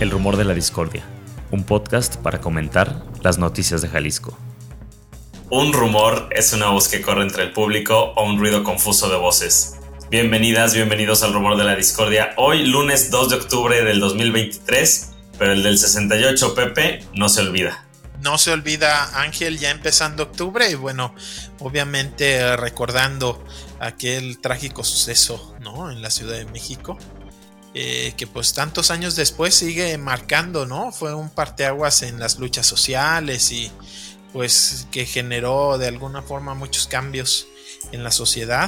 El Rumor de la Discordia, un podcast para comentar las noticias de Jalisco. Un rumor es una voz que corre entre el público o un ruido confuso de voces. Bienvenidas, bienvenidos al Rumor de la Discordia. Hoy, lunes 2 de octubre del 2023, pero el del 68, Pepe, no se olvida. No se olvida, Ángel, ya empezando octubre y bueno, obviamente recordando aquel trágico suceso, ¿no?, en la Ciudad de México. Que pues tantos años después sigue marcando, ¿no? Fue un parteaguas en las luchas sociales y pues que generó de alguna forma muchos cambios en la sociedad.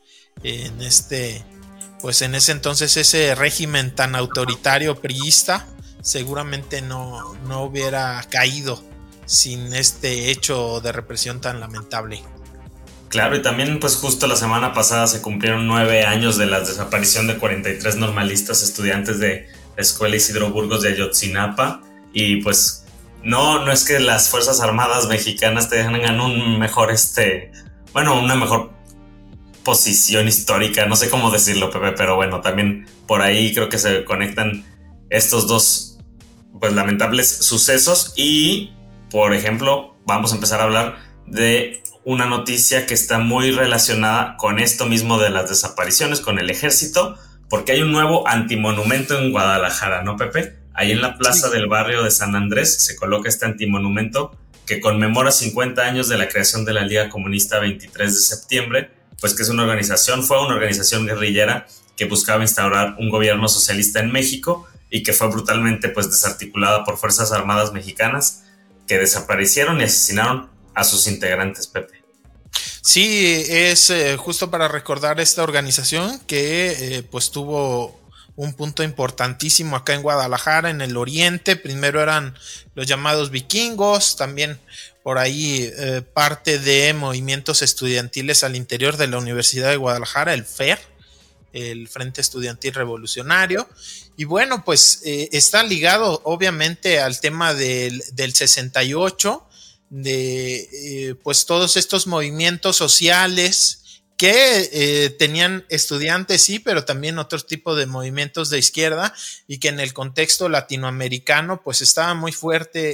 En ese entonces ese régimen tan autoritario priista seguramente no hubiera caído sin este hecho de represión tan lamentable. Claro, y también pues justo la semana pasada se cumplieron 9 años de la desaparición de 43 normalistas estudiantes de la Escuela Isidro Burgos de Ayotzinapa, y pues no es que las Fuerzas Armadas mexicanas tengan un mejor una mejor posición histórica, no sé cómo decirlo, Pepe, pero bueno, también por ahí creo que se conectan estos dos pues lamentables sucesos. Y por ejemplo, vamos a empezar a hablar de una noticia que está muy relacionada con esto mismo de las desapariciones, con el ejército, porque hay un nuevo antimonumento en Guadalajara, ¿no, Pepe? Ahí en la plaza del barrio de San Andrés se coloca este antimonumento que conmemora 50 años de la creación de la Liga Comunista 23 de septiembre, pues que fue una organización guerrillera que buscaba instaurar un gobierno socialista en México y que fue brutalmente pues desarticulada por Fuerzas Armadas mexicanas, que desaparecieron y asesinaron a sus integrantes, Pepe. Sí, es justo para recordar esta organización que pues tuvo un punto importantísimo acá en Guadalajara, en el oriente. Primero eran los llamados vikingos, también por ahí parte de movimientos estudiantiles al interior de la Universidad de Guadalajara, el FER, el Frente Estudiantil Revolucionario. Y bueno, pues está ligado obviamente al tema del 68, de pues todos estos movimientos sociales que tenían estudiantes, sí, pero también otro tipo de movimientos de izquierda, y que en el contexto latinoamericano pues estaba muy fuerte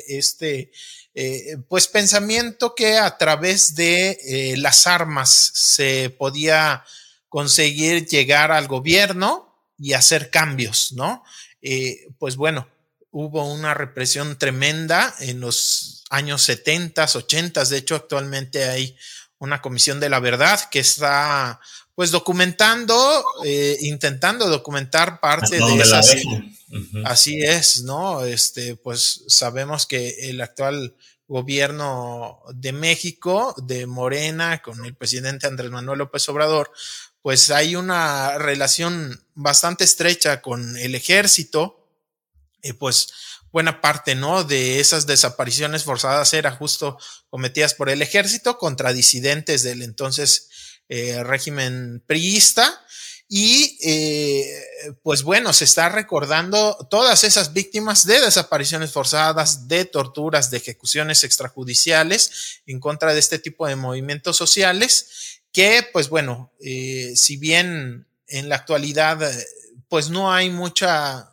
pues pensamiento que a través de las armas se podía conseguir llegar al gobierno y hacer cambios, ¿no? Pues bueno, hubo una represión tremenda en los años 70, 80. De hecho, actualmente hay una comisión de la verdad que está pues documentando, intentando documentar parte de esas. Así es, ¿no? Pues sabemos que el actual gobierno de México, de Morena, con el presidente Andrés Manuel López Obrador, pues hay una relación bastante estrecha con el ejército. Pues buena parte, ¿no?, de esas desapariciones forzadas era justo cometidas por el ejército contra disidentes del entonces régimen priista. Y pues bueno, se está recordando todas esas víctimas de desapariciones forzadas, de torturas, de ejecuciones extrajudiciales en contra de este tipo de movimientos sociales que, pues bueno, si bien en la actualidad pues no hay mucha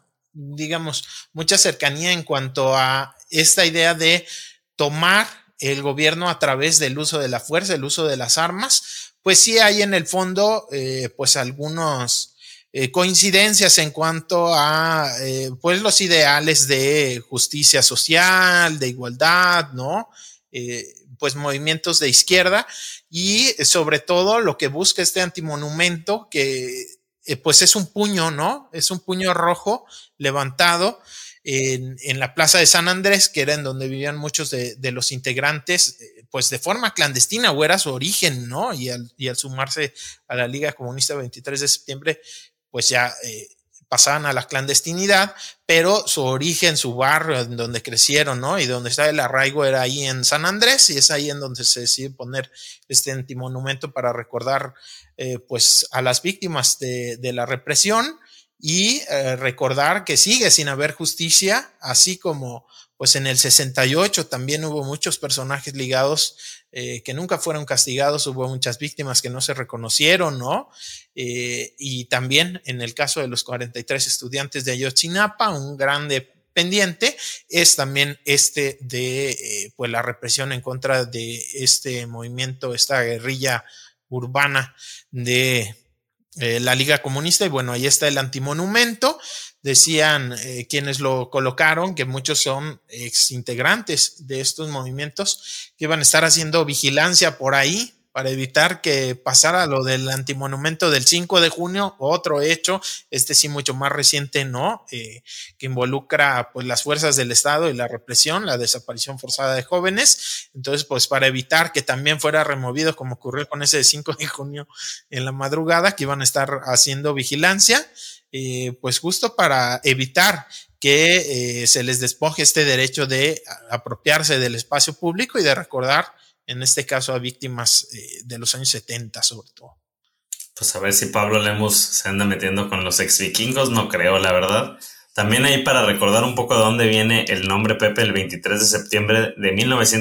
cercanía en cuanto a esta idea de tomar el gobierno a través del uso de la fuerza, el uso de las armas, pues sí hay en el fondo pues algunas coincidencias en cuanto a pues los ideales de justicia social, de igualdad, ¿no? Pues movimientos de izquierda, y sobre todo lo que busca este antimonumento, que pues es un puño, ¿no? Es un puño rojo levantado en la plaza de San Andrés, que era en donde vivían muchos de los integrantes, pues de forma clandestina, o era su origen, ¿no? Y al sumarse a la Liga Comunista 23 de septiembre, pues ya pasaban a la clandestinidad, pero su origen, su barrio, en donde crecieron, ¿no? Y donde está el arraigo era ahí en San Andrés, y es ahí en donde se decide poner este antimonumento para recordar pues a las víctimas de la represión, y recordar que sigue sin haber justicia, así como pues en el 68 también hubo muchos personajes ligados que nunca fueron castigados, hubo muchas víctimas que no se reconocieron, ¿no? Y también en el caso de los 43 estudiantes de Ayotzinapa, un grande pendiente es también pues la represión en contra de este movimiento, esta guerrilla urbana de la Liga Comunista. Y bueno, ahí está el antimonumento. Decían quienes lo colocaron que muchos son exintegrantes de estos movimientos que iban a estar haciendo vigilancia por ahí para evitar que pasara lo del antimonumento del 5 de junio, otro hecho, sí mucho más reciente, ¿no? Que involucra pues las fuerzas del Estado y la represión, la desaparición forzada de jóvenes. Entonces, pues para evitar que también fuera removido, como ocurrió con ese 5 de junio en la madrugada, que iban a estar haciendo vigilancia, pues justo para evitar que se les despoje este derecho de apropiarse del espacio público y de recordar, en este caso, a víctimas de los años 70 sobre todo. Pues a ver si Pablo Lemus se anda metiendo con los ex vikingos, no creo, la verdad. También ahí para recordar un poco de dónde viene el nombre Pepe, el 23 de septiembre de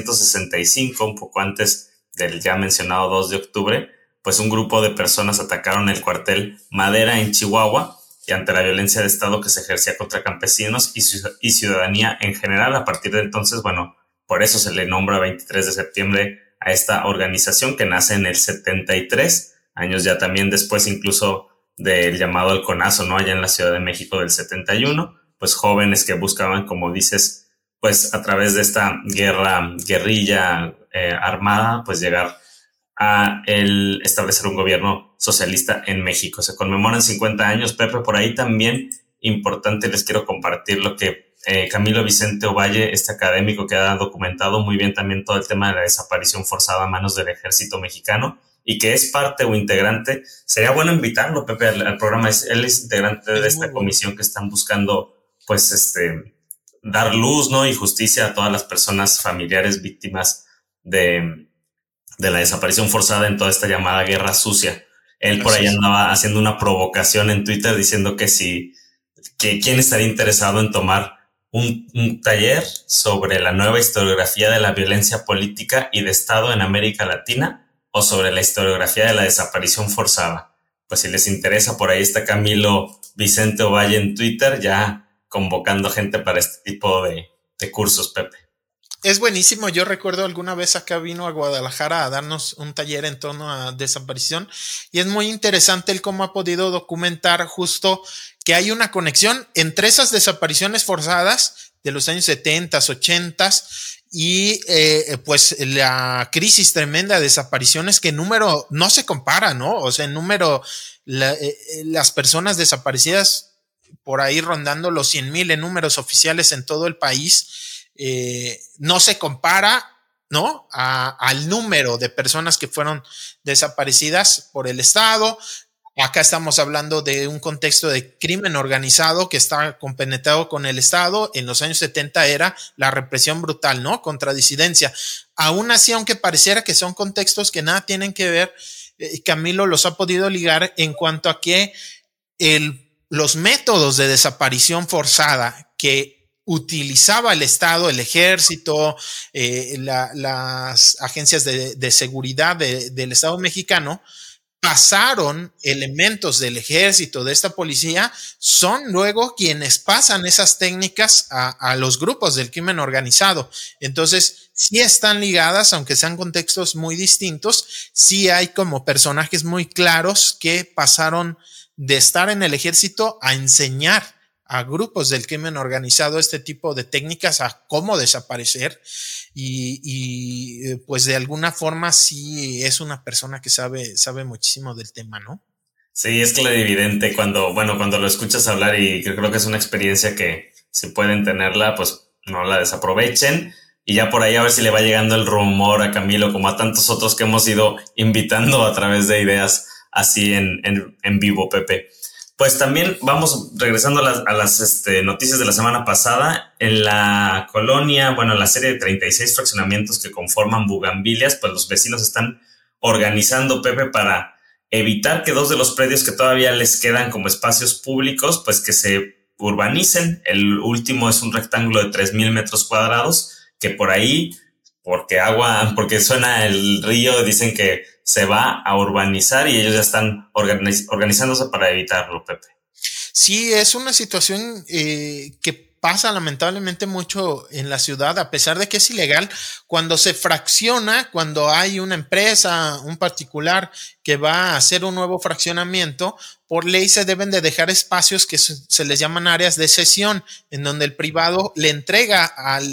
1965, un poco antes del ya mencionado 2 de octubre, pues un grupo de personas atacaron el cuartel Madera en Chihuahua y ante la violencia de Estado que se ejercía contra campesinos y ciudadanía en general. A partir de entonces, bueno, por eso se le nombra 23 de septiembre a esta organización que nace en el 73, años ya también después incluso del llamado Halconazo, ¿no? Allá en la Ciudad de México del 71, pues jóvenes que buscaban, como dices, pues a través de esta guerrilla armada, pues llegar a establecer un gobierno socialista en México. Se conmemoran 50 años, Pepe, por ahí también importante les quiero compartir lo que Camilo Vicente Ovalle, este académico que ha documentado muy bien también todo el tema de la desaparición forzada a manos del ejército mexicano y que es parte o integrante. Sería bueno invitarlo, Pepe, al programa. Él es integrante de esta comisión que están buscando, pues, dar luz, ¿no? Y justicia a todas las personas familiares víctimas de la desaparición forzada en toda esta llamada guerra sucia. Él por ahí andaba haciendo una provocación en Twitter diciendo que quién estaría interesado en tomar un taller sobre la nueva historiografía de la violencia política y de Estado en América Latina o sobre la historiografía de la desaparición forzada. Pues si les interesa, por ahí está Camilo Vicente Ovalle en Twitter ya convocando gente para este tipo de cursos, Pepe. Es buenísimo. Yo recuerdo alguna vez acá vino a Guadalajara a darnos un taller en torno a desaparición y es muy interesante el cómo ha podido documentar justo que hay una conexión entre esas desapariciones forzadas de los años 70, 80 y pues la crisis tremenda de desapariciones que en número no se compara, ¿no? O sea, en número las personas desaparecidas por ahí rondando los 100,000 en números oficiales en todo el país. No se compara, ¿no? Al número de personas que fueron desaparecidas por el Estado. Acá estamos hablando de un contexto de crimen organizado que está compenetrado con el Estado. En los años 70 era la represión brutal, ¿no? Contra disidencia. Aún así, aunque pareciera que son contextos que nada tienen que ver, Camilo los ha podido ligar en cuanto a que los métodos de desaparición forzada que utilizaba el Estado, el ejército, las agencias de seguridad del Estado mexicano, pasaron elementos del ejército, de esta policía, son luego quienes pasan esas técnicas a los grupos del crimen organizado. Entonces, sí están ligadas, aunque sean contextos muy distintos, sí hay como personajes muy claros que pasaron de estar en el ejército a enseñar a grupos del crimen organizado este tipo de técnicas, a cómo desaparecer y pues de alguna forma sí es una persona que sabe muchísimo del tema, ¿no? Sí, es clarividente cuando lo escuchas hablar y creo que es una experiencia que si pueden tenerla, pues no la desaprovechen y ya por ahí a ver si le va llegando el rumor a Camilo como a tantos otros que hemos ido invitando a través de ideas así en vivo, Pepe. Pues también vamos regresando a las noticias de la semana pasada. En la colonia, en la serie de 36 fraccionamientos que conforman Bugambilias, pues los vecinos están organizando, Pepe, para evitar que 2 de los predios que todavía les quedan como espacios públicos, pues que se urbanicen. El último es un rectángulo de 3,000 metros cuadrados, que por ahí, porque suena el río, dicen que se va a urbanizar y ellos ya están organizándose para evitarlo, Pepe. Sí, es una situación que pasa lamentablemente mucho en la ciudad, a pesar de que es ilegal, cuando se fracciona, cuando hay una empresa, un particular que va a hacer un nuevo fraccionamiento, por ley se deben de dejar espacios que se les llaman áreas de cesión, en donde el privado le entrega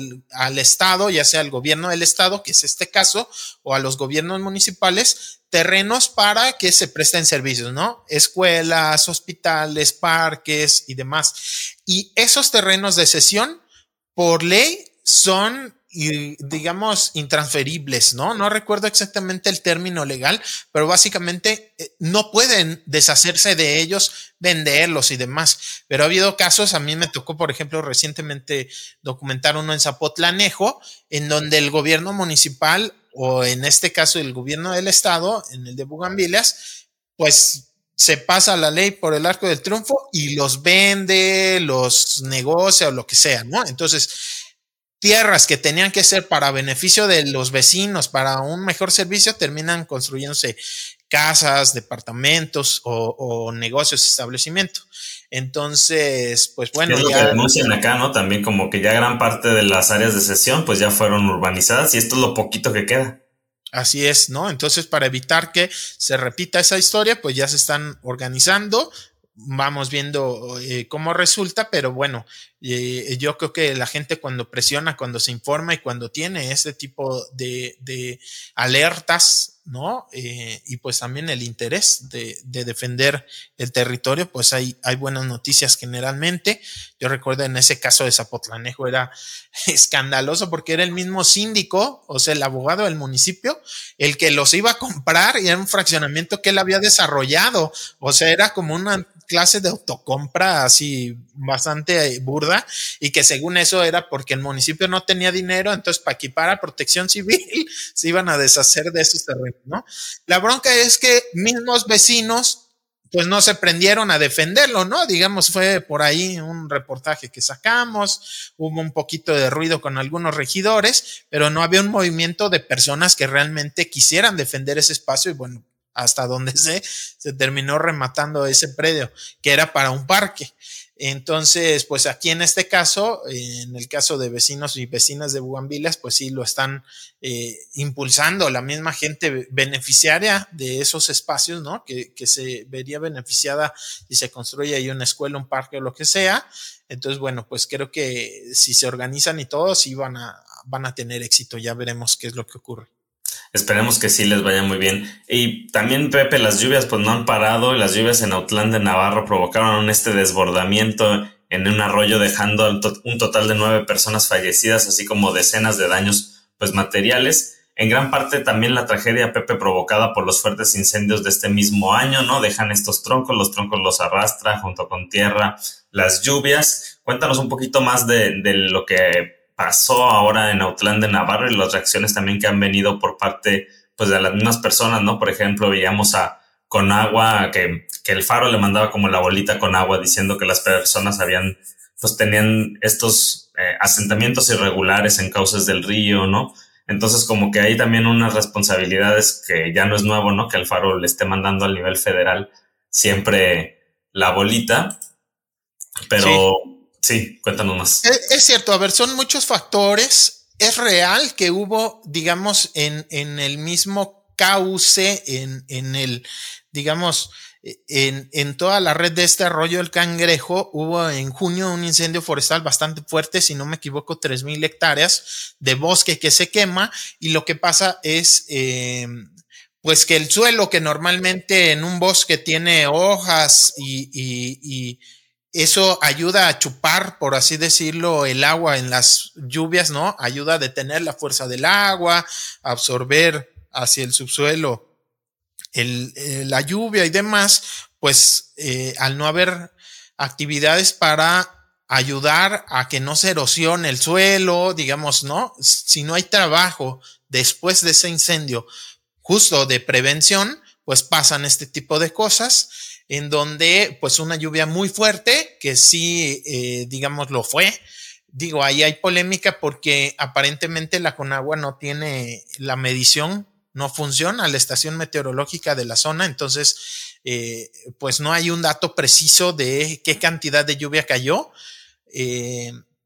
al Estado, ya sea al gobierno del Estado, que es este caso, o a los gobiernos municipales, terrenos para que se presten servicios, ¿no? Escuelas, hospitales, parques y demás. Y esos terrenos de cesión, por ley, son, digamos, intransferibles, ¿no? No recuerdo exactamente el término legal, pero básicamente no pueden deshacerse de ellos, venderlos y demás. Pero ha habido casos, a mí me tocó, por ejemplo, recientemente documentar uno en Zapotlanejo, en donde el gobierno municipal, o en este caso el gobierno del estado, en el de Bugambilias, pues se pasa la ley por el arco del triunfo y los vende, los negocia o lo que sea, ¿no? Entonces, tierras que tenían que ser para beneficio de los vecinos, para un mejor servicio, terminan construyéndose casas, departamentos o negocios, establecimientos. Entonces, pues bueno, es lo que denuncian acá, ¿no? También como que ya gran parte de las áreas de cesión pues ya fueron urbanizadas y esto es lo poquito que queda. Así es, ¿no? Entonces, para evitar que se repita esa historia, pues ya se están organizando. Vamos viendo cómo resulta, pero bueno, yo creo que la gente cuando presiona, cuando se informa y cuando tiene este tipo de alertas, ¿no? Y pues también el interés de defender el territorio, pues hay buenas noticias generalmente. Yo recuerdo en ese caso de Zapotlanejo era escandaloso porque era el mismo síndico, o sea, el abogado del municipio, el que los iba a comprar y era un fraccionamiento que él había desarrollado. O sea, era como una clase de autocompra así bastante burda y que según eso era porque el municipio no tenía dinero, entonces para equipar a Protección Civil se iban a deshacer de esos terrenos, ¿no? La bronca es que mismos vecinos pues no se prendieron a defenderlo, ¿no? Digamos, fue por ahí un reportaje que sacamos, hubo un poquito de ruido con algunos regidores, pero no había un movimiento de personas que realmente quisieran defender ese espacio y bueno, hasta donde se terminó rematando ese predio, que era para un parque. Entonces, pues aquí en este caso, en el caso de vecinos y vecinas de Bugambilias, pues sí lo están impulsando la misma gente beneficiaria de esos espacios, ¿no? Que se vería beneficiada si se construye ahí una escuela, un parque o lo que sea. Entonces, bueno, pues creo que si se organizan y todo, sí van a tener éxito. Ya veremos qué es lo que ocurre. Esperemos que sí les vaya muy bien. Y también, Pepe, las lluvias pues no han parado y las lluvias en Autlán de Navarro provocaron desbordamiento en un arroyo, dejando un total de 9 personas fallecidas, así como decenas de daños pues materiales. En gran parte también la tragedia, Pepe, provocada por los fuertes incendios de este mismo año, ¿no? Dejan estos troncos, los troncos los arrastra junto con tierra, las lluvias. Cuéntanos un poquito más de lo que pasó ahora en Autlán de Navarro y las reacciones también que han venido por parte pues de las mismas personas, ¿no? Por ejemplo, veíamos a Conagua que el Faro le mandaba como la bolita con agua diciendo que las personas tenían estos asentamientos irregulares en cauces del río, ¿no? Entonces como que hay también unas responsabilidades que ya no es nuevo, ¿no? Que el Faro le esté mandando al nivel federal siempre la bolita, pero sí, cuéntanos más. Es cierto, a ver, son muchos factores. Es real que hubo, digamos, en el mismo cauce, en el, digamos, en toda la red de este arroyo del Cangrejo, hubo en junio un incendio forestal bastante fuerte, si no me equivoco, 3,000 hectáreas de bosque que se quema, y lo que pasa es, pues que el suelo que normalmente en un bosque tiene hojas y eso ayuda a chupar, por así decirlo, el agua en las lluvias, ¿no? Ayuda a detener la fuerza del agua, a absorber hacia el subsuelo la lluvia y demás, pues al no haber actividades para ayudar a que no se erosione el suelo, digamos, ¿no? Si no hay trabajo después de ese incendio justo de prevención, pues pasan este tipo de cosas en donde pues una lluvia muy fuerte, que sí, digamos, lo fue. Digo, ahí hay polémica porque aparentemente la Conagua no tiene la medición, no funciona la estación meteorológica de la zona, entonces pues no hay un dato preciso de qué cantidad de lluvia cayó,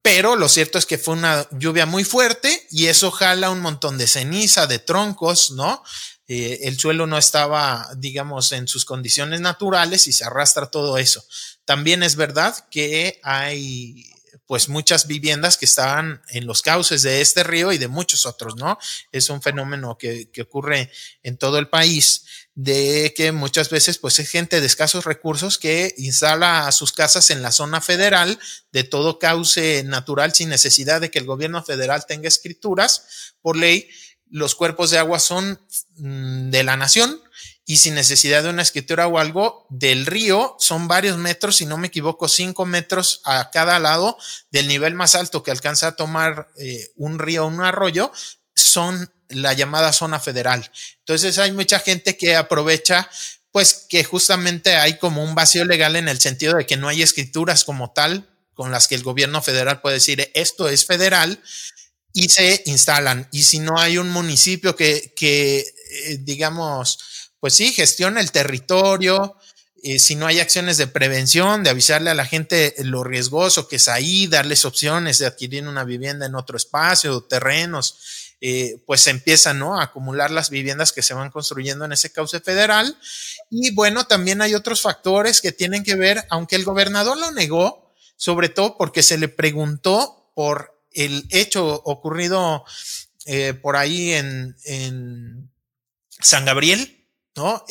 pero lo cierto es que fue una lluvia muy fuerte y eso jala un montón de ceniza, de troncos, ¿no? El suelo no estaba, digamos, en sus condiciones naturales y se arrastra todo eso. También es verdad que hay pues muchas viviendas que estaban en los cauces de este río y de muchos otros, ¿no? Es un fenómeno que ocurre en todo el país, de que muchas veces pues es gente de escasos recursos que instala sus casas en la zona federal de todo cauce natural sin necesidad de que el gobierno federal tenga escrituras. Por ley, los cuerpos de agua son de la nación y sin necesidad de una escritura o algo del río, son varios metros, si no me equivoco, 5 metros a cada lado del nivel más alto que alcanza a tomar un río o un arroyo, son la llamada zona federal. Entonces hay mucha gente que aprovecha, pues que justamente hay como un vacío legal en el sentido de que no hay escrituras como tal con las que el gobierno federal puede decir esto es federal, y se instalan. Y si no hay un municipio que digamos, pues sí, gestiona el territorio, si no hay acciones de prevención, de avisarle a la gente lo riesgoso que es ahí, darles opciones de adquirir una vivienda en otro espacio, terrenos, pues se empiezan, ¿no?, a acumular las viviendas que se van construyendo en ese cauce federal. Y bueno, también hay otros factores que tienen que ver, aunque el gobernador lo negó, sobre todo porque se le preguntó por el hecho ocurrido por ahí en San Gabriel, ¿no?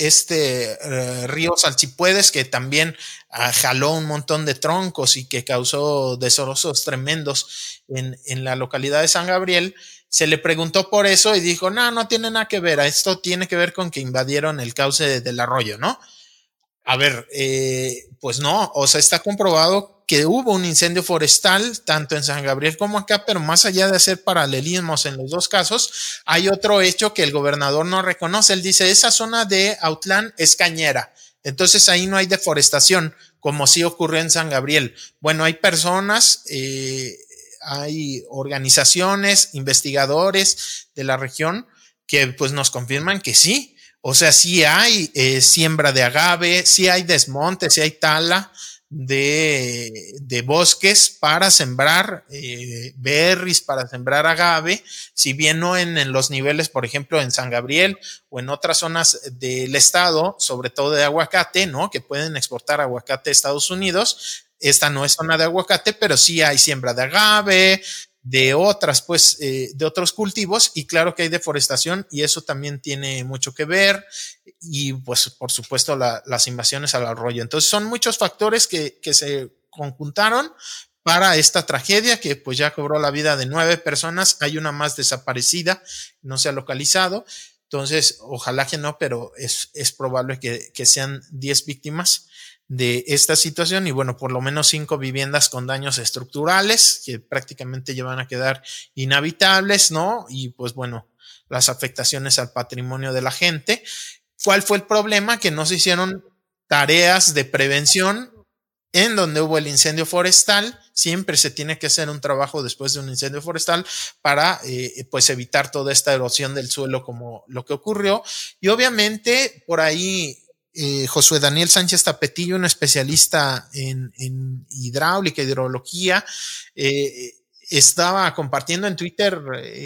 Río Salchipuedes, que también jaló un montón de troncos y que causó destrozos tremendos en la localidad de San Gabriel. Se le preguntó por eso y dijo, no tiene nada que ver, esto tiene que ver con que invadieron el cauce del arroyo, ¿no? A ver, pues no, o sea, está comprobado que hubo un incendio forestal tanto en San Gabriel como acá, pero más allá de hacer paralelismos en los dos casos, hay otro hecho que el gobernador no reconoce. Él dice, esa zona de Autlán es cañera, entonces ahí no hay deforestación, como sí ocurrió en San Gabriel. Bueno, hay personas, hay organizaciones, investigadores de la región que pues nos confirman que sí. O sea, sí hay siembra de agave, sí hay desmonte, sí hay tala de bosques para sembrar berries, para sembrar agave, si bien no en los niveles, por ejemplo, en San Gabriel o en otras zonas del estado, sobre todo de aguacate, ¿no?, que pueden exportar aguacate a Estados Unidos. Esta no es zona de aguacate, pero sí hay siembra de agave, de otras, pues, de otros cultivos, y claro que hay deforestación y eso también tiene mucho que ver, y pues por supuesto las invasiones al arroyo. Entonces son muchos factores que se conjuntaron para esta tragedia que pues ya cobró la vida de 9 personas, hay una más desaparecida, no se ha localizado, entonces ojalá que no, pero es probable que sean 10 víctimas de esta situación y bueno, por lo menos 5 viviendas con daños estructurales que prácticamente ya van a quedar inhabitables, ¿no? Y pues bueno, las afectaciones al patrimonio de la gente. ¿Cuál fue el problema? Que no se hicieron tareas de prevención en donde hubo el incendio forestal. Siempre se tiene que hacer un trabajo después de un incendio forestal para pues evitar toda esta erosión del suelo como lo que ocurrió. Y obviamente por ahí Josué Daniel Sánchez Tapetillo, un especialista en hidráulica, hidrología, estaba compartiendo en Twitter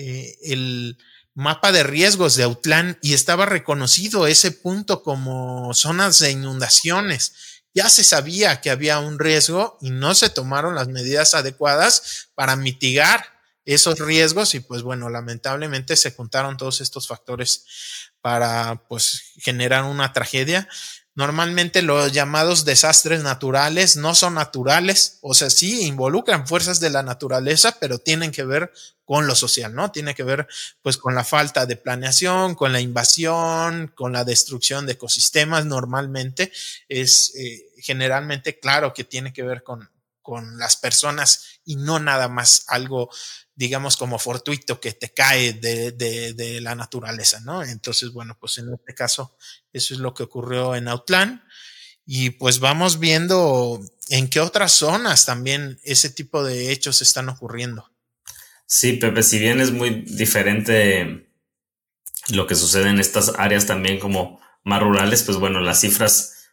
el mapa de riesgos de Autlán y estaba reconocido ese punto como zonas de inundaciones. Ya se sabía que había un riesgo y no se tomaron las medidas adecuadas para mitigar esos riesgos y pues bueno, lamentablemente se juntaron todos estos factores para pues generar una tragedia. Normalmente los llamados desastres naturales no son naturales, o sea, sí involucran fuerzas de la naturaleza, pero tienen que ver con lo social, ¿no? Tiene que ver pues con la falta de planeación, con la invasión, con la destrucción de ecosistemas. Normalmente es generalmente claro que tiene que ver con las personas y no nada más algo, digamos, como fortuito que te cae de la naturaleza, ¿no? Entonces, bueno, pues en este caso eso es lo que ocurrió en Autlán y pues vamos viendo en qué otras zonas también ese tipo de hechos están ocurriendo. Sí, Pepe, si bien es muy diferente lo que sucede en estas áreas también como más rurales, pues bueno, las cifras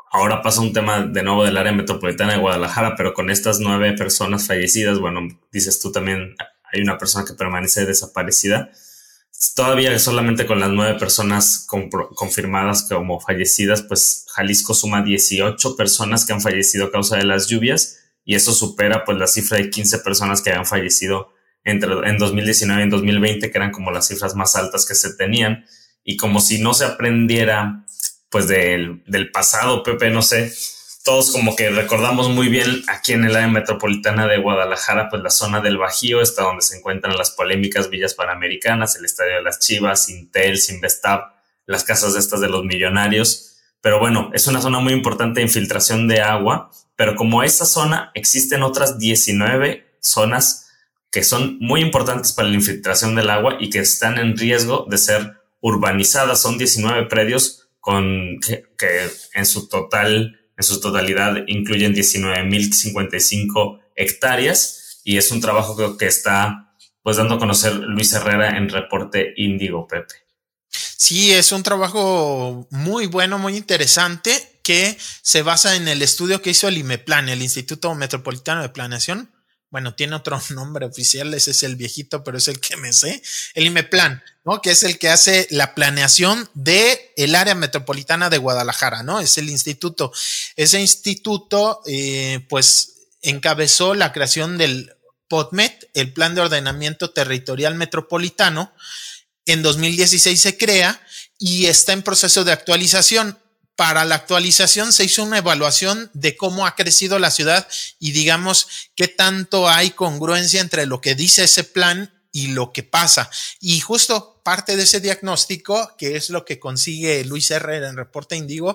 ahora pasa un tema de nuevo del área metropolitana de Guadalajara, pero con estas 9 personas fallecidas, bueno, dices tú también, hay una persona que permanece desaparecida. Todavía solamente con las 9 personas confirmadas como fallecidas, pues Jalisco suma 18 personas que han fallecido a causa de las lluvias, y eso supera pues la cifra de 15 personas que habían fallecido en 2019 y en 2020, que eran como las cifras más altas que se tenían. Y como si no se aprendiera pues del pasado, Pepe, no sé, todos como que recordamos muy bien aquí en el área metropolitana de Guadalajara, pues la zona del Bajío está donde se encuentran las polémicas villas panamericanas, el Estadio de las Chivas, Intel, Sinvestab, las casas estas de los millonarios. Pero bueno, es una zona muy importante de infiltración de agua, pero como esa zona existen otras 19 zonas que son muy importantes para la infiltración del agua y que están en riesgo de ser urbanizadas. Son 19 predios que en su totalidad incluyen 19.055 hectáreas, y es un trabajo que está pues dando a conocer Luis Herrera en Reporte Índigo, Pepe. Sí, es un trabajo muy bueno, muy interesante, que se basa en el estudio que hizo el IMEPLAN, el Instituto Metropolitano de Planeación. Bueno, tiene otro nombre oficial, ese es el viejito, pero es el que me sé. El IMEPLAN, ¿no? Que es el que hace la planeación de el área metropolitana de Guadalajara, ¿no? Es el instituto. Ese instituto, pues, encabezó la creación del POTMET, el Plan de Ordenamiento Territorial Metropolitano. En 2016 se crea y está en proceso de actualización. Para la actualización se hizo una evaluación de cómo ha crecido la ciudad y digamos qué tanto hay congruencia entre lo que dice ese plan y lo que pasa. Y justo parte de ese diagnóstico, que es lo que consigue Luis Herrera en Reporte Índigo,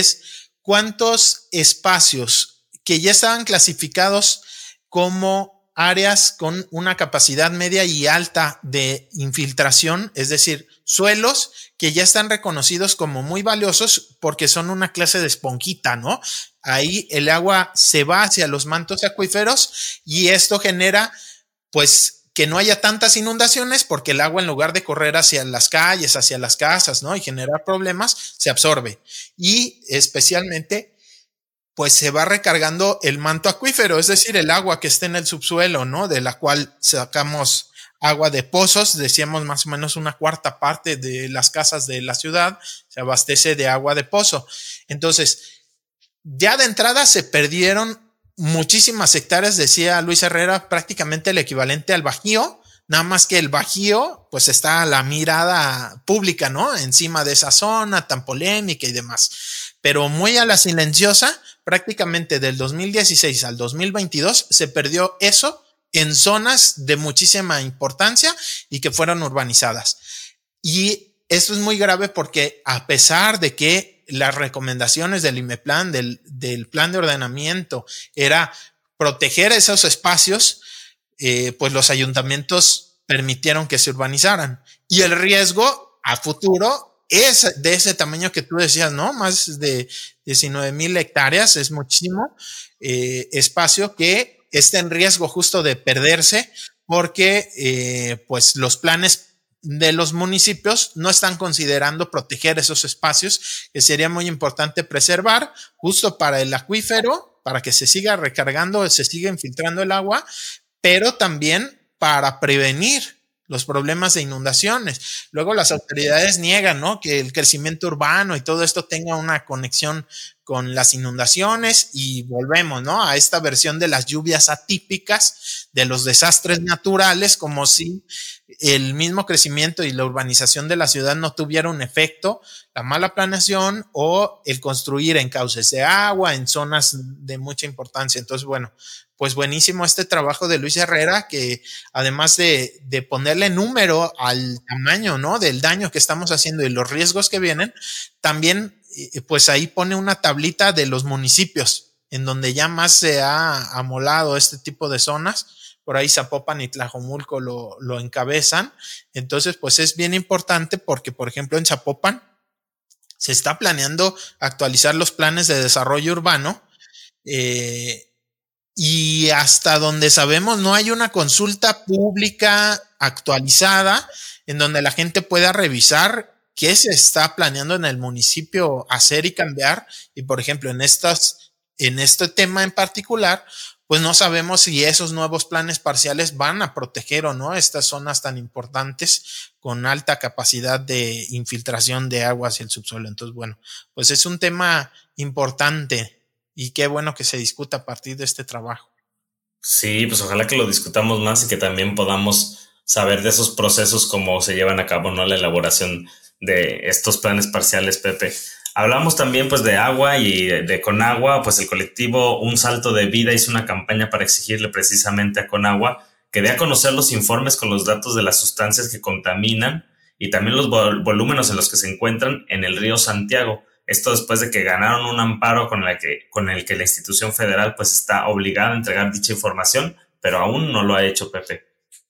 es cuántos espacios que ya estaban clasificados como áreas con una capacidad media y alta de infiltración, es decir, suelos que ya están reconocidos como muy valiosos porque son una clase de esponjita, ¿no? Ahí el agua se va hacia los mantos acuíferos y esto genera, pues, que no haya tantas inundaciones porque el agua, en lugar de correr hacia las calles, hacia las casas, ¿no? Y generar problemas, se absorbe. Y especialmente, pues se va recargando el manto acuífero, es decir, el agua que está en el subsuelo, ¿no? De la cual sacamos agua de pozos, decíamos más o menos una cuarta parte de las casas de la ciudad se abastece de agua de pozo. Entonces, ya de entrada se perdieron muchísimas hectáreas, decía Luis Herrera, prácticamente el equivalente al Bajío, nada más que el Bajío, pues está a la mirada pública, ¿no? Encima de esa zona tan polémica y demás. Pero muy a la silenciosa, prácticamente del 2016 al 2022 se perdió eso en zonas de muchísima importancia y que fueron urbanizadas. Y esto es muy grave porque a pesar de que las recomendaciones del IMEPLAN, del plan de ordenamiento, era proteger esos espacios, pues los ayuntamientos permitieron que se urbanizaran. Y el riesgo a futuro es de ese tamaño que tú decías, ¿no? Más de 19,000 hectáreas, es muchísimo espacio que está en riesgo justo de perderse porque pues los planes de los municipios no están considerando proteger esos espacios que sería muy importante preservar justo para el acuífero, para que se siga recargando, se siga infiltrando el agua, pero también para prevenir los problemas de inundaciones. Luego las autoridades niegan, ¿no?, que el crecimiento urbano y todo esto tenga una conexión con las inundaciones y volvemos, ¿no?, a esta versión de las lluvias atípicas, de los desastres naturales, como si el mismo crecimiento y la urbanización de la ciudad no tuviera un efecto, la mala planeación o el construir en cauces de agua, en zonas de mucha importancia. Entonces, bueno, pues buenísimo este trabajo de Luis Herrera, que además de ponerle número al tamaño, ¿no?, del daño que estamos haciendo y los riesgos que vienen, también pues ahí pone una tablita de los municipios en donde ya más se ha amolado este tipo de zonas. Por ahí Zapopan y Tlajomulco lo encabezan. Entonces, pues es bien importante porque, por ejemplo, en Zapopan se está planeando actualizar los planes de desarrollo urbano, y hasta donde sabemos no hay una consulta pública actualizada en donde la gente pueda revisar qué se está planeando en el municipio hacer y cambiar. Y por ejemplo, en este tema en particular, pues no sabemos si esos nuevos planes parciales van a proteger o no estas zonas tan importantes con alta capacidad de infiltración de agua hacia el subsuelo. Entonces, bueno, pues es un tema importante y qué bueno que se discuta a partir de este trabajo. Sí, pues ojalá que lo discutamos más y que también podamos saber de esos procesos, cómo se llevan a cabo, ¿no? La elaboración de estos planes parciales, Pepe. Hablamos también pues de agua y de Conagua, pues el colectivo Un Salto de Vida hizo una campaña para exigirle precisamente a Conagua que dé a conocer los informes con los datos de las sustancias que contaminan y también los volúmenes en los que se encuentran en el río Santiago. Esto después de que ganaron un amparo con el que la institución federal pues está obligada a entregar dicha información, pero aún no lo ha hecho, Pepe.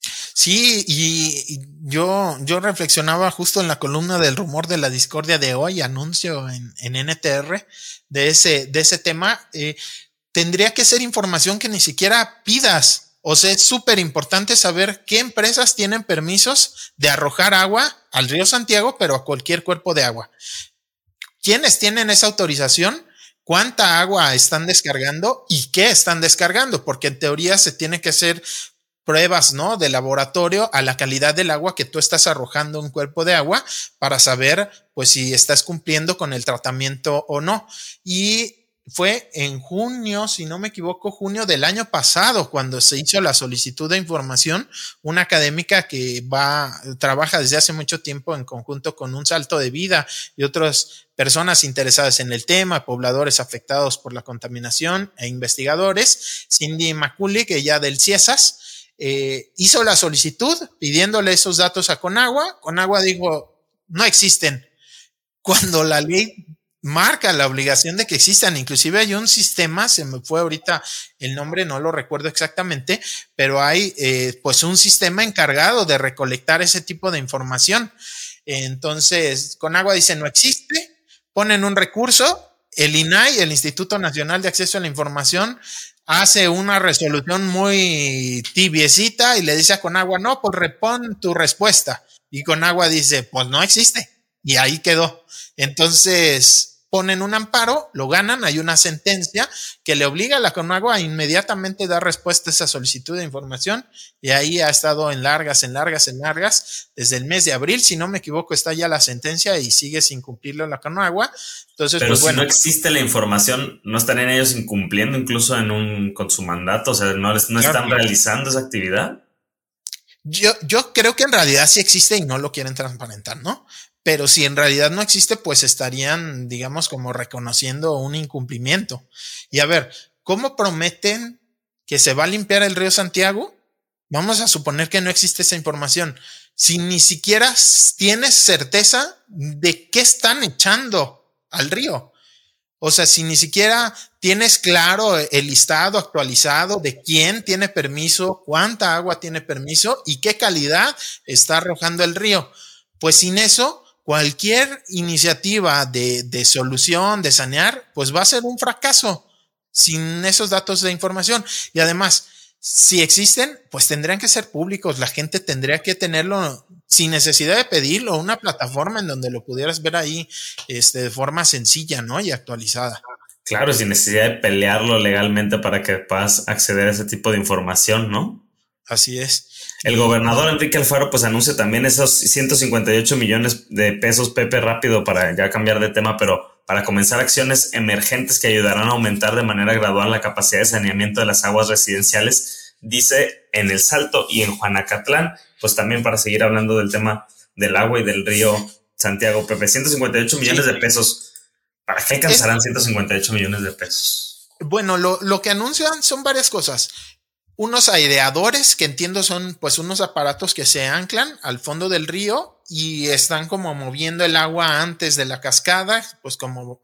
Sí, y yo reflexionaba justo en la columna del rumor de la discordia de hoy, anuncio en NTR de ese tema. Tendría que ser información que ni siquiera pidas. O sea, es súper importante saber qué empresas tienen permisos de arrojar agua al río Santiago, pero a cualquier cuerpo de agua. ¿Quiénes tienen esa autorización? ¿Cuánta agua están descargando? ¿Y qué están descargando? Porque en teoría se tiene que hacer pruebas, ¿no? De laboratorio a la calidad del agua que tú estás arrojando a un cuerpo de agua para saber, pues, si estás cumpliendo con el tratamiento o no. Y fue en junio, si no me equivoco, junio del año pasado, cuando se hizo la solicitud de información, una académica que trabaja desde hace mucho tiempo en conjunto con Un Salto de Vida y otras personas interesadas en el tema, pobladores afectados por la contaminación e investigadores, Cindy McCulley, ella del CIESAS, hizo la solicitud pidiéndole esos datos a Conagua. Conagua dijo, no existen. Cuando la ley marca la obligación de que existan, inclusive hay un sistema, se me fue ahorita el nombre, no lo recuerdo exactamente, pero hay pues un sistema encargado de recolectar ese tipo de información. Entonces, Conagua dice no existe, ponen un recurso, el INAI, el Instituto Nacional de Acceso a la Información, hace una resolución muy tibiecita y le dice a Conagua, no, pues repon tu respuesta. Y Conagua dice, pues no existe. Y ahí quedó. Entonces ponen un amparo, lo ganan, hay una sentencia que le obliga a la Conagua a inmediatamente dar respuesta a esa solicitud de información y ahí ha estado en largas, desde el mes de abril, si no me equivoco, está ya la sentencia y sigue sin cumplirlo la Conagua. Entonces, pero pues si bueno, no existe la información, ¿no estarían ellos incumpliendo incluso con su mandato? O sea, ¿no están realizando esa actividad? Yo creo que en realidad sí existe y no lo quieren transparentar, ¿no? Pero si en realidad no existe, pues estarían, digamos, como reconociendo un incumplimiento. Y a ver, ¿cómo prometen que se va a limpiar el río Santiago? Vamos a suponer que no existe esa información. Si ni siquiera tienes certeza de qué están echando al río. O sea, si ni siquiera tienes claro el listado actualizado de quién tiene permiso, cuánta agua tiene permiso y qué calidad está arrojando el río. Pues sin eso, cualquier iniciativa de solución, de sanear, pues va a ser un fracaso sin esos datos de información. Y además, si existen, pues tendrían que ser públicos. La gente tendría que tenerlo sin necesidad de pedirlo, una plataforma en donde lo pudieras ver ahí de forma sencilla, ¿no? Y actualizada. Claro, sin necesidad de pelearlo legalmente para que puedas acceder a ese tipo de información, ¿no? Así es. El gobernador Enrique Alfaro pues anuncia también esos 158 millones de pesos, Pepe, rápido para ya cambiar de tema, pero para comenzar acciones emergentes que ayudarán a aumentar de manera gradual la capacidad de saneamiento de las aguas residenciales, dice en El Salto y en Juanacatlán, pues también para seguir hablando del tema del agua y del río Santiago, Pepe, 158 millones de pesos. ¿Para qué alcanzarán 158 millones de pesos? Bueno, lo que anuncian son varias cosas. Unos aireadores que entiendo son pues unos aparatos que se anclan al fondo del río y están como moviendo el agua antes de la cascada, pues como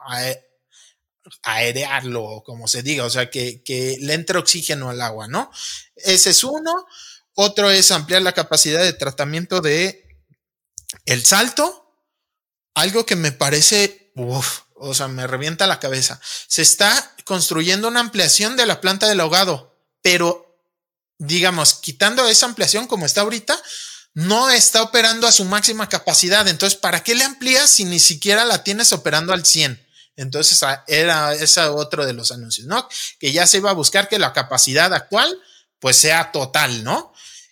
aerearlo, como se diga, o sea que le entre oxígeno al agua, ¿no? Ese es uno. Otro es ampliar la capacidad de tratamiento de El Salto, algo que me parece, o sea, me revienta la cabeza. Se está construyendo una ampliación de la planta del ahogado, pero digamos, quitando esa ampliación como está ahorita, no está operando a su máxima capacidad. Entonces, ¿para qué le amplías si ni siquiera la tienes operando al 100? Entonces, era ese otro de los anuncios, ¿no? Que ya se iba a buscar que la capacidad actual, pues, sea total, ¿no?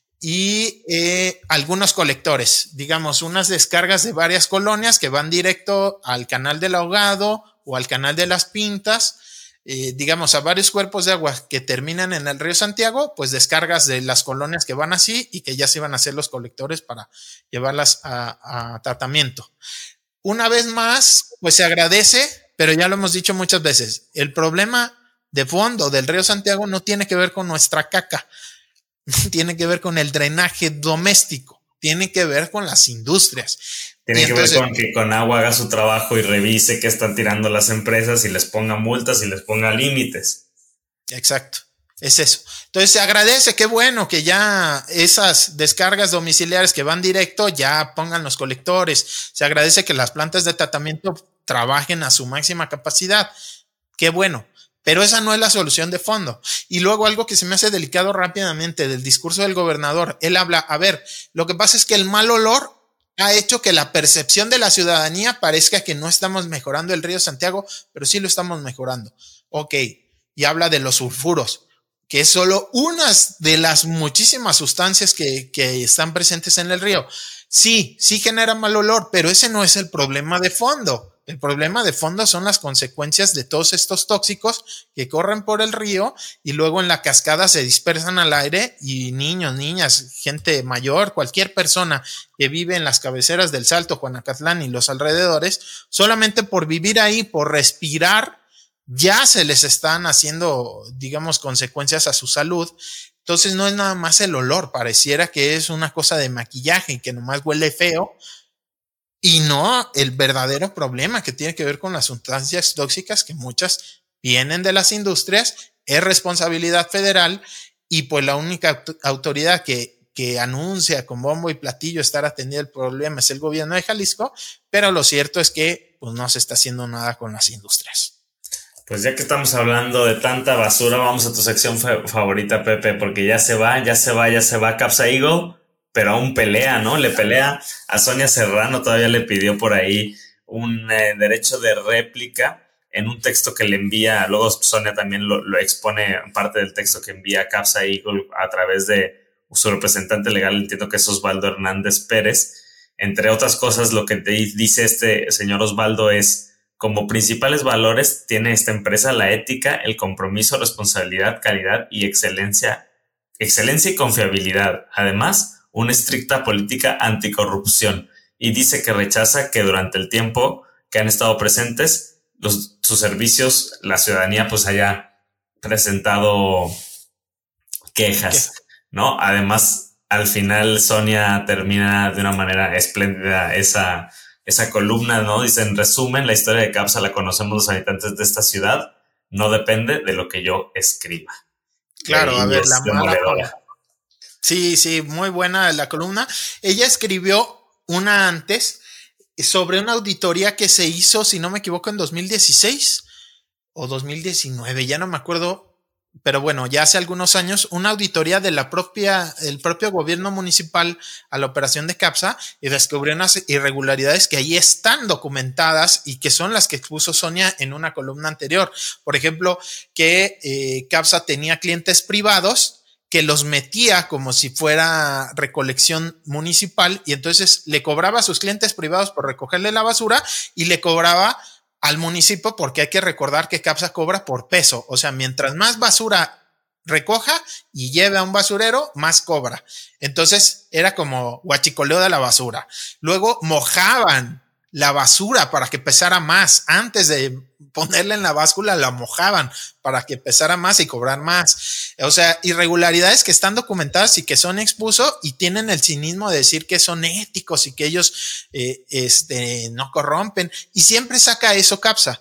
Y algunos colectores, digamos, unas descargas de varias colonias que van directo al canal del Ahogado o al canal de las Pintas, digamos, a varios cuerpos de agua que terminan en el río Santiago, pues descargas de las colonias que van así y que ya se iban a hacer los colectores para llevarlas a tratamiento. Una vez más, pues se agradece, pero ya lo hemos dicho muchas veces, el problema de fondo del río Santiago no tiene que ver con nuestra caca, tiene que ver con el drenaje doméstico, tiene que ver con las industrias. Tiene que ver con que Conagua haga su trabajo y revise qué están tirando las empresas y les ponga multas y les ponga límites. Exacto, es eso. Entonces se agradece, qué bueno que ya esas descargas domiciliares que van directo ya pongan los colectores. Se agradece que las plantas de tratamiento trabajen a su máxima capacidad. Qué bueno. Pero esa no es la solución de fondo. Y luego algo que se me hace delicado rápidamente del discurso del gobernador. Él habla, a ver, lo que pasa es que el mal olor ha hecho que la percepción de la ciudadanía parezca que no estamos mejorando el río Santiago, pero sí lo estamos mejorando. Ok, y habla de los sulfuros, que es solo una de las muchísimas sustancias que están presentes en el río. Sí genera mal olor, pero ese no es el problema de fondo. El problema de fondo son las consecuencias de todos estos tóxicos que corren por el río y luego en la cascada se dispersan al aire y niños, niñas, gente mayor, cualquier persona que vive en las cabeceras del Salto, Juanacatlán y los alrededores, solamente por vivir ahí, por respirar, ya se les están haciendo, digamos, consecuencias a su salud. Entonces no es nada más el olor, pareciera que es una cosa de maquillaje y que nomás huele feo. Y no el verdadero problema que tiene que ver con las sustancias tóxicas, que muchas vienen de las industrias, es responsabilidad federal y pues la única autoridad que anuncia con bombo y platillo estar atendiendo el problema es el gobierno de Jalisco, pero lo cierto es que pues no se está haciendo nada con las industrias. Pues ya que estamos hablando de tanta basura, vamos a tu sección favorita, Pepe, porque ya se va Capsa Eagle, pero aún pelea, ¿no? Le pelea a Sonia Serrano, todavía le pidió por ahí un derecho de réplica en un texto que le envía, luego Sonia también lo expone en parte del texto que envía a Capsa Eagle a través de su representante legal, entiendo que es Osvaldo Hernández Pérez. Entre otras cosas, lo que te dice este señor Osvaldo es: como principales valores tiene esta empresa la ética, el compromiso, responsabilidad, calidad y excelencia y confiabilidad. Además, una estricta política anticorrupción, y dice que rechaza que durante el tiempo que han estado presentes sus servicios, la ciudadanía pues haya presentado quejas, ¿no? Además, al final Sonia termina de una manera espléndida esa columna, ¿no? Dice: en resumen, la historia de Capsa la conocemos los habitantes de esta ciudad, no depende de lo que yo escriba. Claro, a ver, la mala. Sí, muy buena la columna. Ella escribió una antes sobre una auditoría que se hizo, si no me equivoco, en 2016 o 2019, ya no me acuerdo, pero bueno, ya hace algunos años, una auditoría de el propio gobierno municipal a la operación de Capsa, y descubrió unas irregularidades que ahí están documentadas y que son las que expuso Sonia en una columna anterior. Por ejemplo, que Capsa tenía clientes privados que los metía como si fuera recolección municipal, y entonces le cobraba a sus clientes privados por recogerle la basura y le cobraba al municipio, porque hay que recordar que Capsa cobra por peso. O sea, mientras más basura recoja y lleve a un basurero, más cobra. Entonces era como huachicoleo de la basura. Luego mojaban la basura para que pesara más. Antes de ponerla en la báscula, la mojaban para que pesara más y cobrar más. O sea, irregularidades que están documentadas y que son expuso, y tienen el cinismo de decir que son éticos y que ellos no corrompen. Y siempre saca eso Capsa.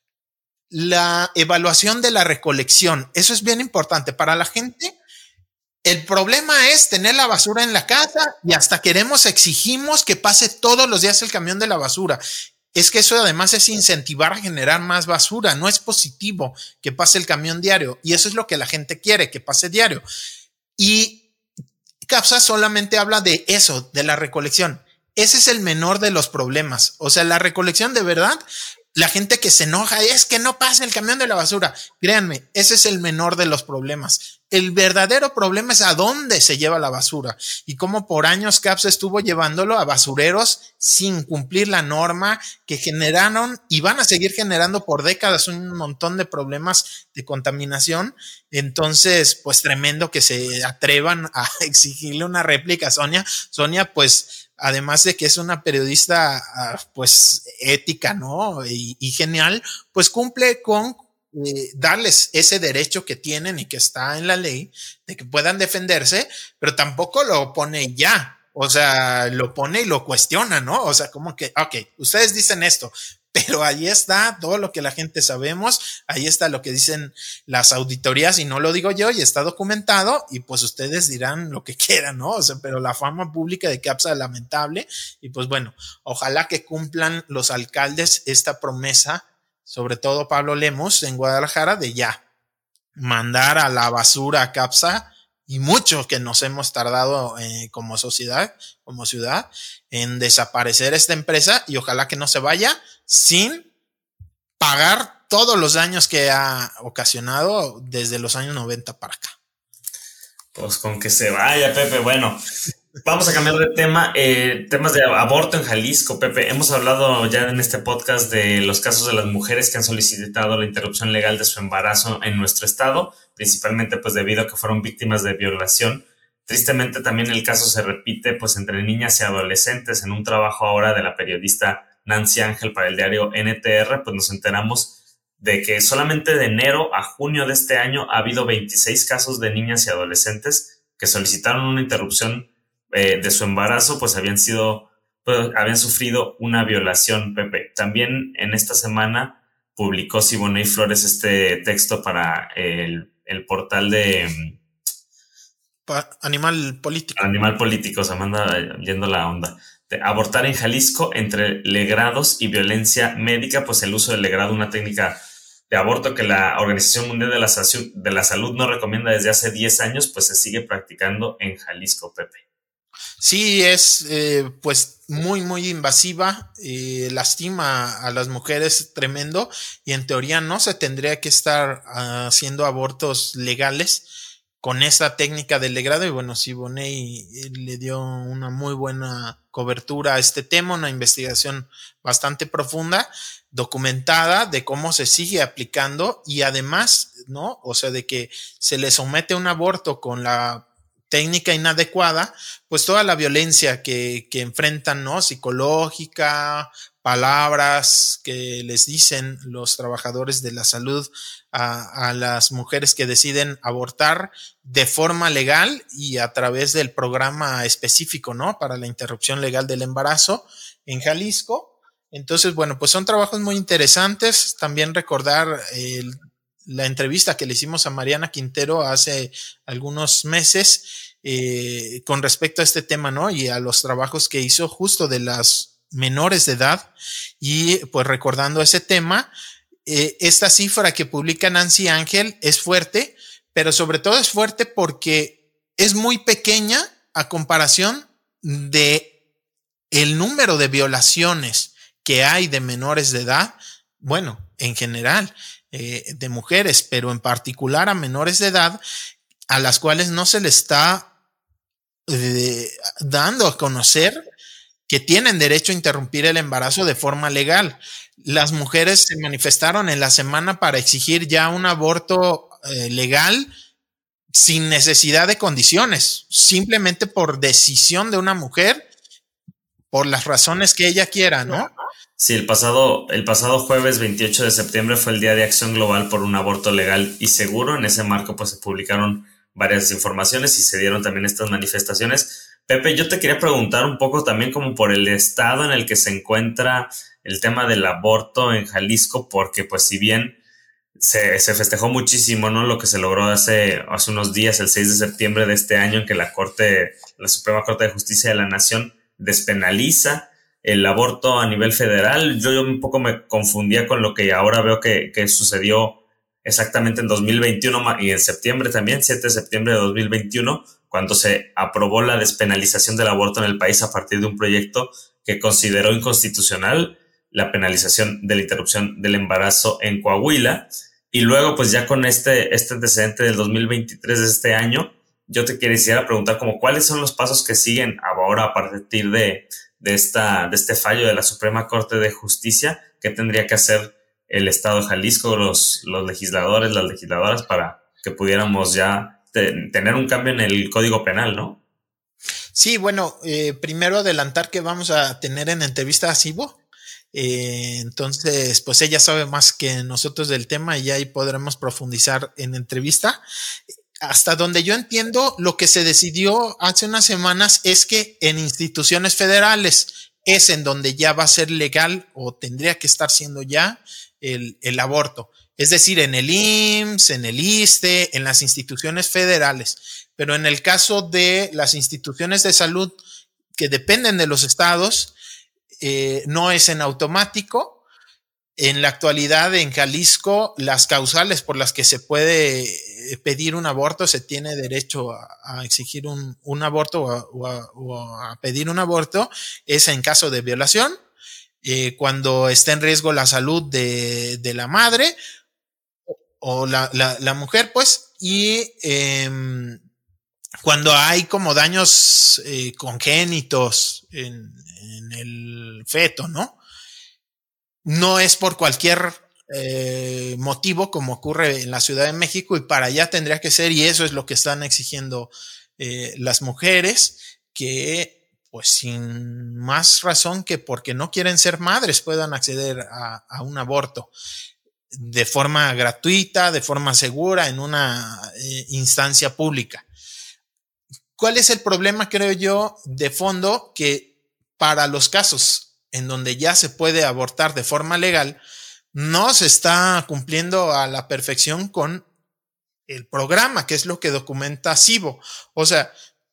La evaluación de la recolección. Eso es bien importante para la gente. El problema es tener la basura en la casa y hasta exigimos que pase todos los días el camión de la basura. Es que eso además es incentivar a generar más basura. No es positivo que pase el camión diario, y eso es lo que la gente quiere, que pase diario. Y CAPSA solamente habla de eso, de la recolección. Ese es el menor de los problemas. O sea, la recolección de verdad, la gente que se enoja es que no pasa el camión de la basura. Créanme, ese es el menor de los problemas. El verdadero problema es a dónde se lleva la basura y cómo por años CAPSA estuvo llevándolo a basureros sin cumplir la norma, que generaron y van a seguir generando por décadas un montón de problemas de contaminación. Entonces, pues tremendo que se atrevan a exigirle una réplica a Sonia. Sonia, pues, además de que es una periodista, pues, ética, ¿no? Y genial, pues cumple con darles ese derecho que tienen y que está en la ley de que puedan defenderse, pero tampoco lo pone ya, o sea, lo pone y lo cuestiona, ¿no? O sea, como que, ok, ustedes dicen esto, pero ahí está todo lo que la gente sabemos, ahí está lo que dicen las auditorías y no lo digo yo y está documentado y pues ustedes dirán lo que quieran, ¿no? O sea, pero la fama pública de CAPSA es lamentable y pues bueno, ojalá que cumplan los alcaldes esta promesa, sobre todo Pablo Lemos en Guadalajara, de ya mandar a la basura a CAPSA y mucho que nos hemos tardado como sociedad, como ciudad, en desaparecer esta empresa y ojalá que no se vaya sin pagar todos los daños que ha ocasionado desde los años 90 para acá. Pues con que se vaya, Pepe. Bueno, vamos a cambiar de tema. Temas de aborto en Jalisco, Pepe. Hemos hablado ya en este podcast de los casos de las mujeres que han solicitado la interrupción legal de su embarazo en nuestro estado, principalmente pues debido a que fueron víctimas de violación. Tristemente también el caso se repite pues entre niñas y adolescentes. En un trabajo ahora de la periodista Nancy Ángel para el diario NTR, pues nos enteramos de que solamente de enero a junio de este año ha habido 26 casos de niñas y adolescentes que solicitaron una interrupción de su embarazo, pues habían sufrido una violación, Pepe. También en esta semana publicó Siboney Flores este texto para el portal de Animal Político. Animal Político, se manda yendo la onda. De abortar en Jalisco entre legrados y violencia médica, pues el uso del legrado, una técnica de aborto que la Organización Mundial de la Salud no recomienda desde hace 10 años, pues se sigue practicando en Jalisco, Pepe. Sí, es pues muy, muy invasiva, lastima a las mujeres tremendo y en teoría no se tendría que estar haciendo abortos legales con esta técnica del legrado y bueno, Siboney le dio una muy buena cobertura a este tema, una investigación bastante profunda, documentada de cómo se sigue aplicando y además, ¿no? O sea, de que se le somete a un aborto con la técnica inadecuada, pues toda la violencia que enfrentan, ¿no? Psicológica, palabras que les dicen los trabajadores de la salud a las mujeres que deciden abortar de forma legal y a través del programa específico, ¿no? Para la interrupción legal del embarazo en Jalisco. Entonces, bueno, pues son trabajos muy interesantes. También recordar la entrevista que le hicimos a Mariana Quintero hace algunos meses con respecto a este tema, ¿no? Y a los trabajos que hizo justo de las menores de edad. Y pues recordando ese tema, esta cifra que publica Nancy Ángel es fuerte, pero sobre todo es fuerte porque es muy pequeña a comparación de el número de violaciones que hay de menores de edad, bueno, en general, de mujeres, pero en particular a menores de edad, a las cuales no se les está dando a conocer que tienen derecho a interrumpir el embarazo de forma legal. Las mujeres se manifestaron en la semana para exigir ya un aborto legal sin necesidad de condiciones, simplemente por decisión de una mujer, por las razones que ella quiera, ¿no? Sí, el pasado jueves 28 de septiembre fue el Día de Acción Global por un aborto legal y seguro. En ese marco pues se publicaron varias informaciones y se dieron también estas manifestaciones. Pepe, yo te quería preguntar un poco también como por el estado en el que se encuentra el tema del aborto en Jalisco, porque pues si bien se festejó muchísimo, ¿no? Lo que se logró hace unos días, el 6 de septiembre de este año, en que la Suprema Corte de Justicia de la Nación despenaliza el aborto a nivel federal. Yo un poco me confundía con lo que ahora veo que sucedió exactamente en 2021 y en septiembre también, 7 de septiembre de 2021, cuando se aprobó la despenalización del aborto en el país a partir de un proyecto que consideró inconstitucional la penalización de la interrupción del embarazo en Coahuila. Y luego, pues ya con este antecedente del 2023 de este año, yo te quisiera preguntar como cuáles son los pasos que siguen ahora a partir de este fallo de la Suprema Corte de Justicia. ¿Qué tendría que hacer el Estado de Jalisco, los legisladores, las legisladoras, para que pudiéramos ya tener un cambio en el Código Penal, ¿no? Sí, bueno, primero adelantar que vamos a tener en entrevista a Cibo. Entonces, pues ella sabe más que nosotros del tema y ahí podremos profundizar en entrevista. Hasta donde yo entiendo, lo que se decidió hace unas semanas es que en instituciones federales es en donde ya va a ser legal o tendría que estar siendo ya el aborto. Es decir, en el IMSS, en el ISSSTE, en las instituciones federales. Pero en el caso de las instituciones de salud que dependen de los estados, no es en automático. En la actualidad en Jalisco, las causales por las que se puede pedir un aborto, se tiene derecho a exigir un aborto o a pedir un aborto, es en caso de violación, cuando está en riesgo la salud de la madre o la mujer, pues, y cuando hay como daños congénitos en el feto, ¿no? No es por cualquier motivo como ocurre en la Ciudad de México y para allá tendría que ser, y eso es lo que están exigiendo las mujeres, que pues sin más razón que porque no quieren ser madres puedan acceder a un aborto de forma gratuita, de forma segura, en una instancia pública. ¿Cuál es el problema, creo yo, de fondo? Que para los casos en donde ya se puede abortar de forma legal, no se está cumpliendo a la perfección con el programa, que es lo que documenta Cibo. O sea,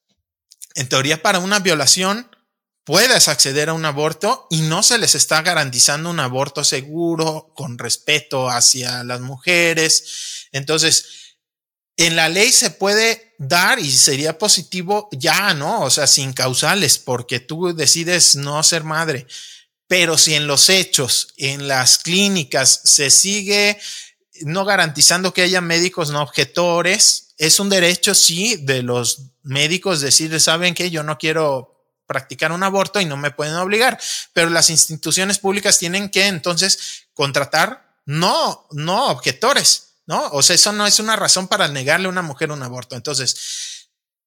en teoría para una violación puedes acceder a un aborto y no se les está garantizando un aborto seguro, con respeto hacia las mujeres. Entonces, en la ley se puede dar y sería positivo ya, ¿no? O sea, sin causales, porque tú decides no ser madre. Pero si en los hechos, en las clínicas, se sigue no garantizando que haya médicos no objetores, es un derecho, sí, de los médicos decir, ¿saben qué? Yo no quiero practicar un aborto y no me pueden obligar. Pero las instituciones públicas tienen que entonces contratar no objetores, ¿no? O sea, eso no es una razón para negarle a una mujer un aborto. Entonces,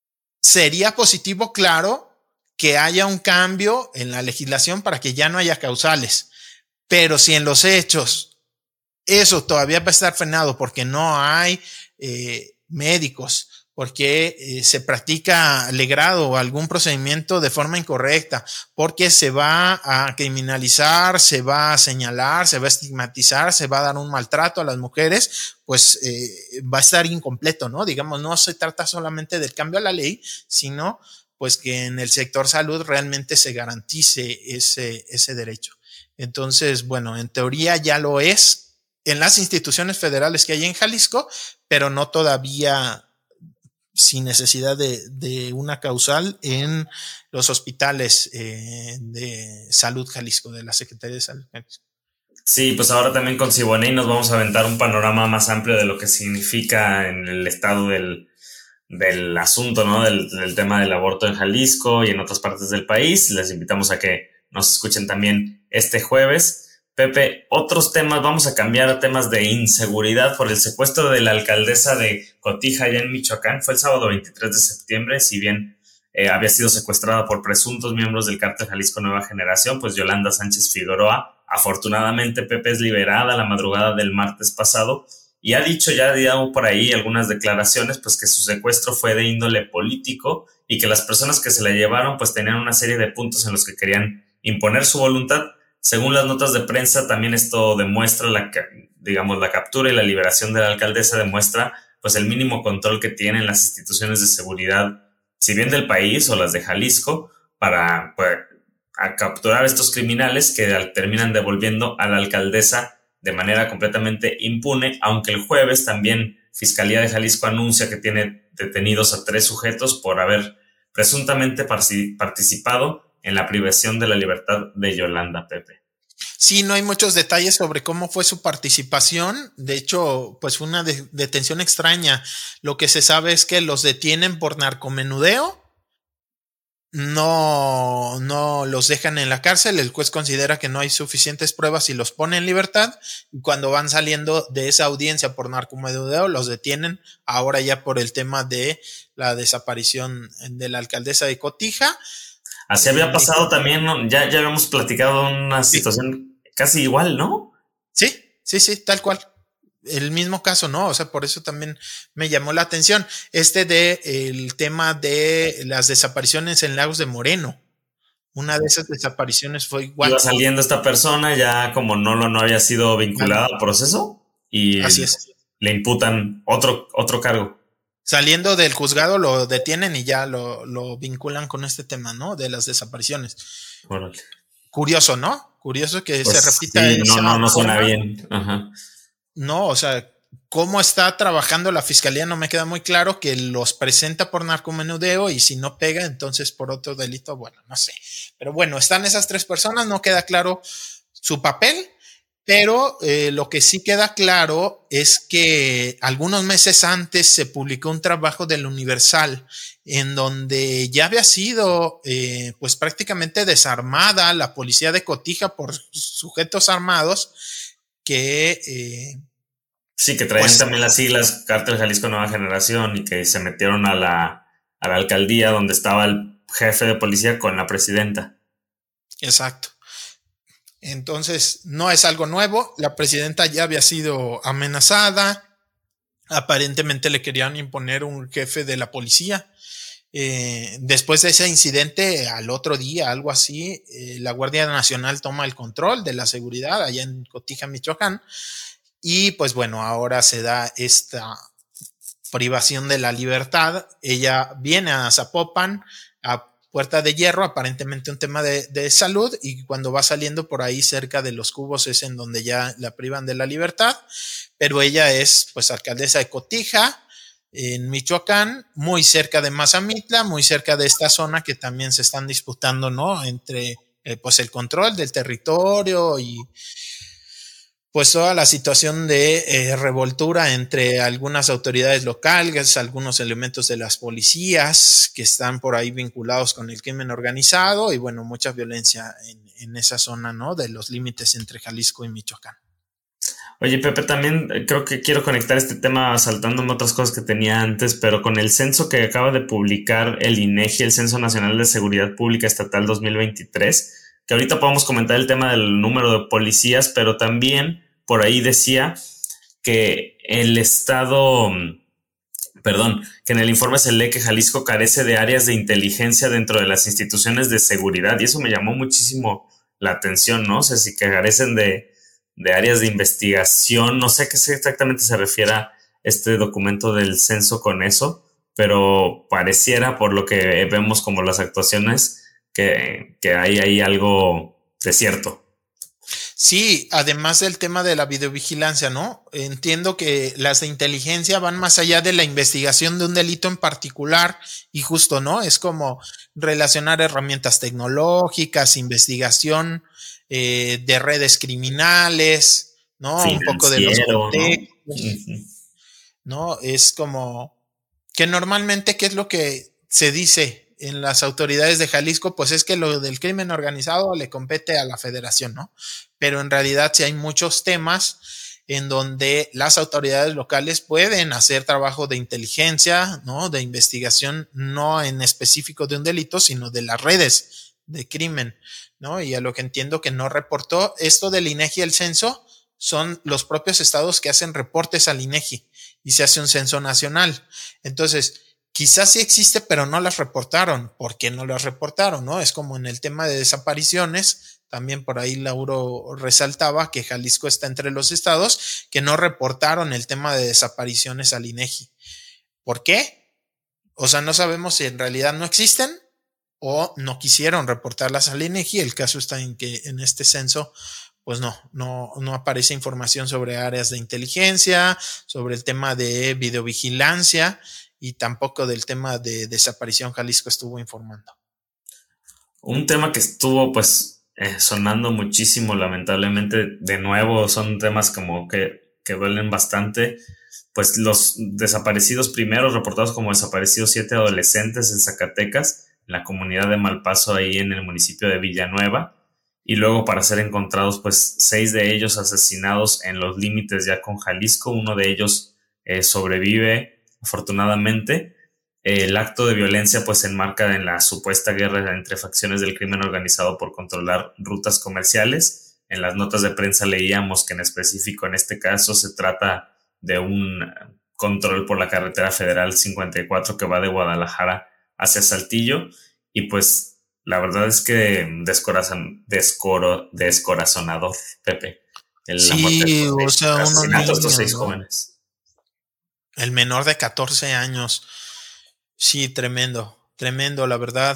sería positivo, claro, que haya un cambio en la legislación para que ya no haya causales. Pero si en los hechos eso todavía va a estar frenado porque no hay médicos, porque se practica legrado o algún procedimiento de forma incorrecta, porque se va a criminalizar, se va a señalar, se va a estigmatizar, se va a dar un maltrato a las mujeres, pues va a estar incompleto, ¿no? Digamos, no se trata solamente del cambio a la ley, sino pues que en el sector salud realmente se garantice ese derecho. Entonces, bueno, en teoría ya lo es en las instituciones federales que hay en Jalisco, pero no todavía sin necesidad de una causal en los hospitales de salud Jalisco, de la Secretaría de Salud Jalisco. Sí, pues ahora también con Siboney nos vamos a aventar un panorama más amplio de lo que significa en el estado del asunto, ¿no? Del tema del aborto en Jalisco y en otras partes del país. Les invitamos a que nos escuchen también este jueves. Pepe, otros temas, vamos a cambiar a temas de inseguridad por el secuestro de la alcaldesa de Cotija allá en Michoacán. Fue el sábado 23 de septiembre, si bien había sido secuestrada por presuntos miembros del cártel Jalisco Nueva Generación, pues Yolanda Sánchez Figueroa, afortunadamente Pepe, es liberada la madrugada del martes pasado y ha dicho ya por ahí algunas declaraciones, pues que su secuestro fue de índole político y que las personas que se la llevaron pues tenían una serie de puntos en los que querían imponer su voluntad. Según las notas de prensa, también esto demuestra la captura y la liberación de la alcaldesa demuestra pues el mínimo control que tienen las instituciones de seguridad, si bien del país o las de Jalisco, para a capturar a estos criminales que terminan devolviendo a la alcaldesa de manera completamente impune, aunque el jueves también Fiscalía de Jalisco anuncia que tiene detenidos a 3 sujetos por haber presuntamente participado en la privación de la libertad de Yolanda, Pepe. Sí, no hay muchos detalles sobre cómo fue su participación. De hecho, pues fue una detención extraña. Lo que se sabe es que los detienen por narcomenudeo. No los dejan en la cárcel. El juez considera que no hay suficientes pruebas y los pone en libertad. Y cuando van saliendo de esa audiencia por narcomenudeo, los detienen. Ahora ya por el tema de la desaparición de la alcaldesa de Cotija. Así había pasado también, ¿no? Ya habíamos platicado una situación casi igual, ¿no? Sí, tal cual. El mismo caso, ¿no? O sea, por eso también me llamó la atención. El tema de las desapariciones en Lagos de Moreno. Una de esas desapariciones fue igual. Iba saliendo esta persona ya como no había sido vinculada al proceso y así es. Le imputan otro cargo. Saliendo del juzgado lo detienen y ya lo vinculan con este tema, ¿no? De las desapariciones. Órale. Curioso, ¿no? Curioso que pues se repita. Sí, no suena bien. Ajá. No, o sea, cómo está trabajando la fiscalía no me queda muy claro, que los presenta por narcomenudeo y si no pega, entonces por otro delito, bueno, no sé. Pero bueno, están esas 3 personas, no queda claro su papel, pero lo que sí queda claro es que algunos meses antes se publicó un trabajo del Universal en donde ya había sido pues prácticamente desarmada la policía de Cotija por sujetos armados que sí, que traían también las siglas Cártel Jalisco Nueva Generación y que se metieron a la alcaldía donde estaba el jefe de policía con la presidenta. Exacto. Entonces, no es algo nuevo. La presidenta ya había sido amenazada. Aparentemente le querían imponer un jefe de la policía. Después de ese incidente, al otro día, algo así, la Guardia Nacional toma el control de la seguridad allá en Cotija, Michoacán. Y pues bueno, ahora se da esta privación de la libertad. Ella viene a Zapopan, a Puerta de Hierro, aparentemente un tema de salud, y cuando va saliendo por ahí cerca de Los Cubos es en donde ya la privan de la libertad. Pero ella es pues alcaldesa de Cotija, en Michoacán, muy cerca de Mazamitla, muy cerca de esta zona que también se están disputando, ¿no? Entre pues el control del territorio y pues toda la situación de revoltura entre algunas autoridades locales, algunos elementos de las policías que están por ahí vinculados con el crimen organizado y bueno, mucha violencia en esa zona, ¿no? De los límites entre Jalisco y Michoacán. Oye, Pepe, también creo que quiero conectar este tema saltándome otras cosas que tenía antes, pero con el censo que acaba de publicar el INEGI, el Censo Nacional de Seguridad Pública Estatal 2023, que ahorita podemos comentar el tema del número de policías, pero también por ahí decía que el estado, que en el informe se lee que Jalisco carece de áreas de inteligencia dentro de las instituciones de seguridad, y eso me llamó muchísimo la atención, ¿no? O sea, si que carecen de áreas de investigación, no sé qué exactamente se refiere este documento del censo con eso, pero pareciera, por lo que vemos como las actuaciones, que hay ahí algo de cierto. Sí, además del tema de la videovigilancia, ¿no? Entiendo que las de inteligencia van más allá de la investigación de un delito en particular y justo, ¿no? Es como relacionar herramientas tecnológicas, investigación de redes criminales, ¿no? Financiero, un poco de los contextos, ¿no? ¿no? Es como que normalmente, ¿qué es lo que se dice en las autoridades de Jalisco? Pues es que lo del crimen organizado le compete a la federación, ¿no? Pero en realidad sí hay muchos temas en donde las autoridades locales pueden hacer trabajo de inteligencia, ¿no? De investigación, no en específico de un delito, sino de las redes de crimen, ¿no? Y a lo que entiendo que no reportó esto del INEGI, el censo, son los propios estados que hacen reportes al INEGI y se hace un censo nacional. Entonces, quizás sí existe, pero no las reportaron. ¿Por qué no las reportaron? ¿No? Es como en el tema de desapariciones. También por ahí Lauro resaltaba que Jalisco está entre los estados que no reportaron el tema de desapariciones al INEGI. ¿Por qué? O sea, no sabemos si en realidad no existen o no quisieron reportarlas al INEGI. El caso está en que en este censo pues no aparece información sobre áreas de inteligencia, sobre el tema de videovigilancia y tampoco del tema de desaparición Jalisco estuvo informando. Un tema que estuvo pues sonando muchísimo, lamentablemente, de nuevo, son temas como que duelen bastante. Pues los desaparecidos primeros, reportados como desaparecidos 7 adolescentes en Zacatecas, en la comunidad de Malpaso, ahí en el municipio de Villanueva, y luego para ser encontrados pues 6 de ellos asesinados en los límites ya con Jalisco. Uno de ellos sobrevive afortunadamente. El acto de violencia pues se enmarca en la supuesta guerra entre facciones del crimen organizado por controlar rutas comerciales. En las notas de prensa leíamos que en específico en este caso se trata de un control por la carretera federal 54 que va de Guadalajara hacia Saltillo, y pues la verdad es que descorazonador, Pepe. La muerte de estos 6 jóvenes. El menor de 14 años. Sí, tremendo, la verdad,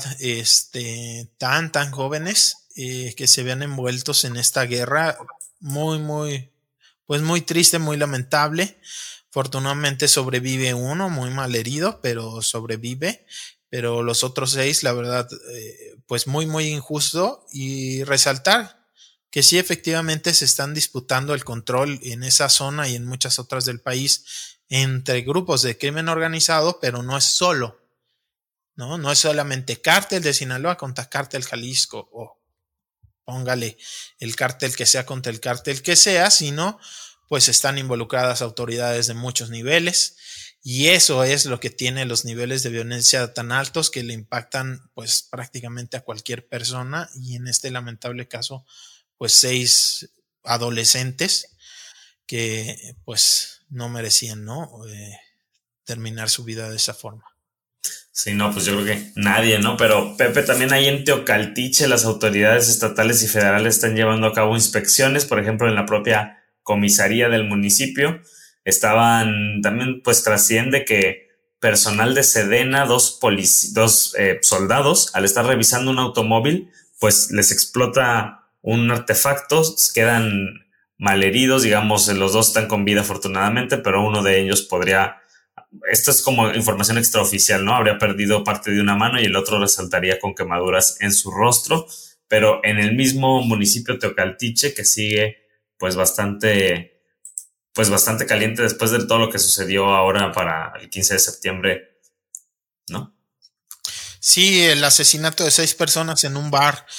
tan jóvenes que se vean envueltos en esta guerra, muy triste, muy lamentable. Afortunadamente sobrevive uno, muy mal herido, pero sobrevive. Pero los otros 6, la verdad, pues muy injusto, y resaltar que sí, efectivamente se están disputando el control en esa zona y en muchas otras del país entre grupos de crimen organizado, pero no es solo, no es solamente cártel de Sinaloa contra cártel Jalisco, o póngale el cártel que sea contra el cártel que sea, sino pues están involucradas autoridades de muchos niveles, y eso es lo que tiene los niveles de violencia tan altos que le impactan pues prácticamente a cualquier persona, y en este lamentable caso pues 6 adolescentes que pues no merecían, terminar su vida de esa forma. Sí, no, pues yo creo que nadie, ¿no? Pero Pepe, también ahí en Teocaltiche las autoridades estatales y federales están llevando a cabo inspecciones, por ejemplo, en la propia comisaría del municipio. Estaban también, pues trasciende que personal de Sedena, dos soldados, al estar revisando un automóvil, pues les explota un artefacto, quedan malheridos, digamos, los 2 están con vida afortunadamente, pero uno de ellos podría, esto es como información extraoficial, ¿no? Habría perdido parte de una mano y el otro resaltaría con quemaduras en su rostro, pero en el mismo municipio Teocaltiche, que sigue pues bastante caliente después de todo lo que sucedió ahora para el 15 de septiembre, ¿no? Sí, el asesinato de 6 personas en un bar.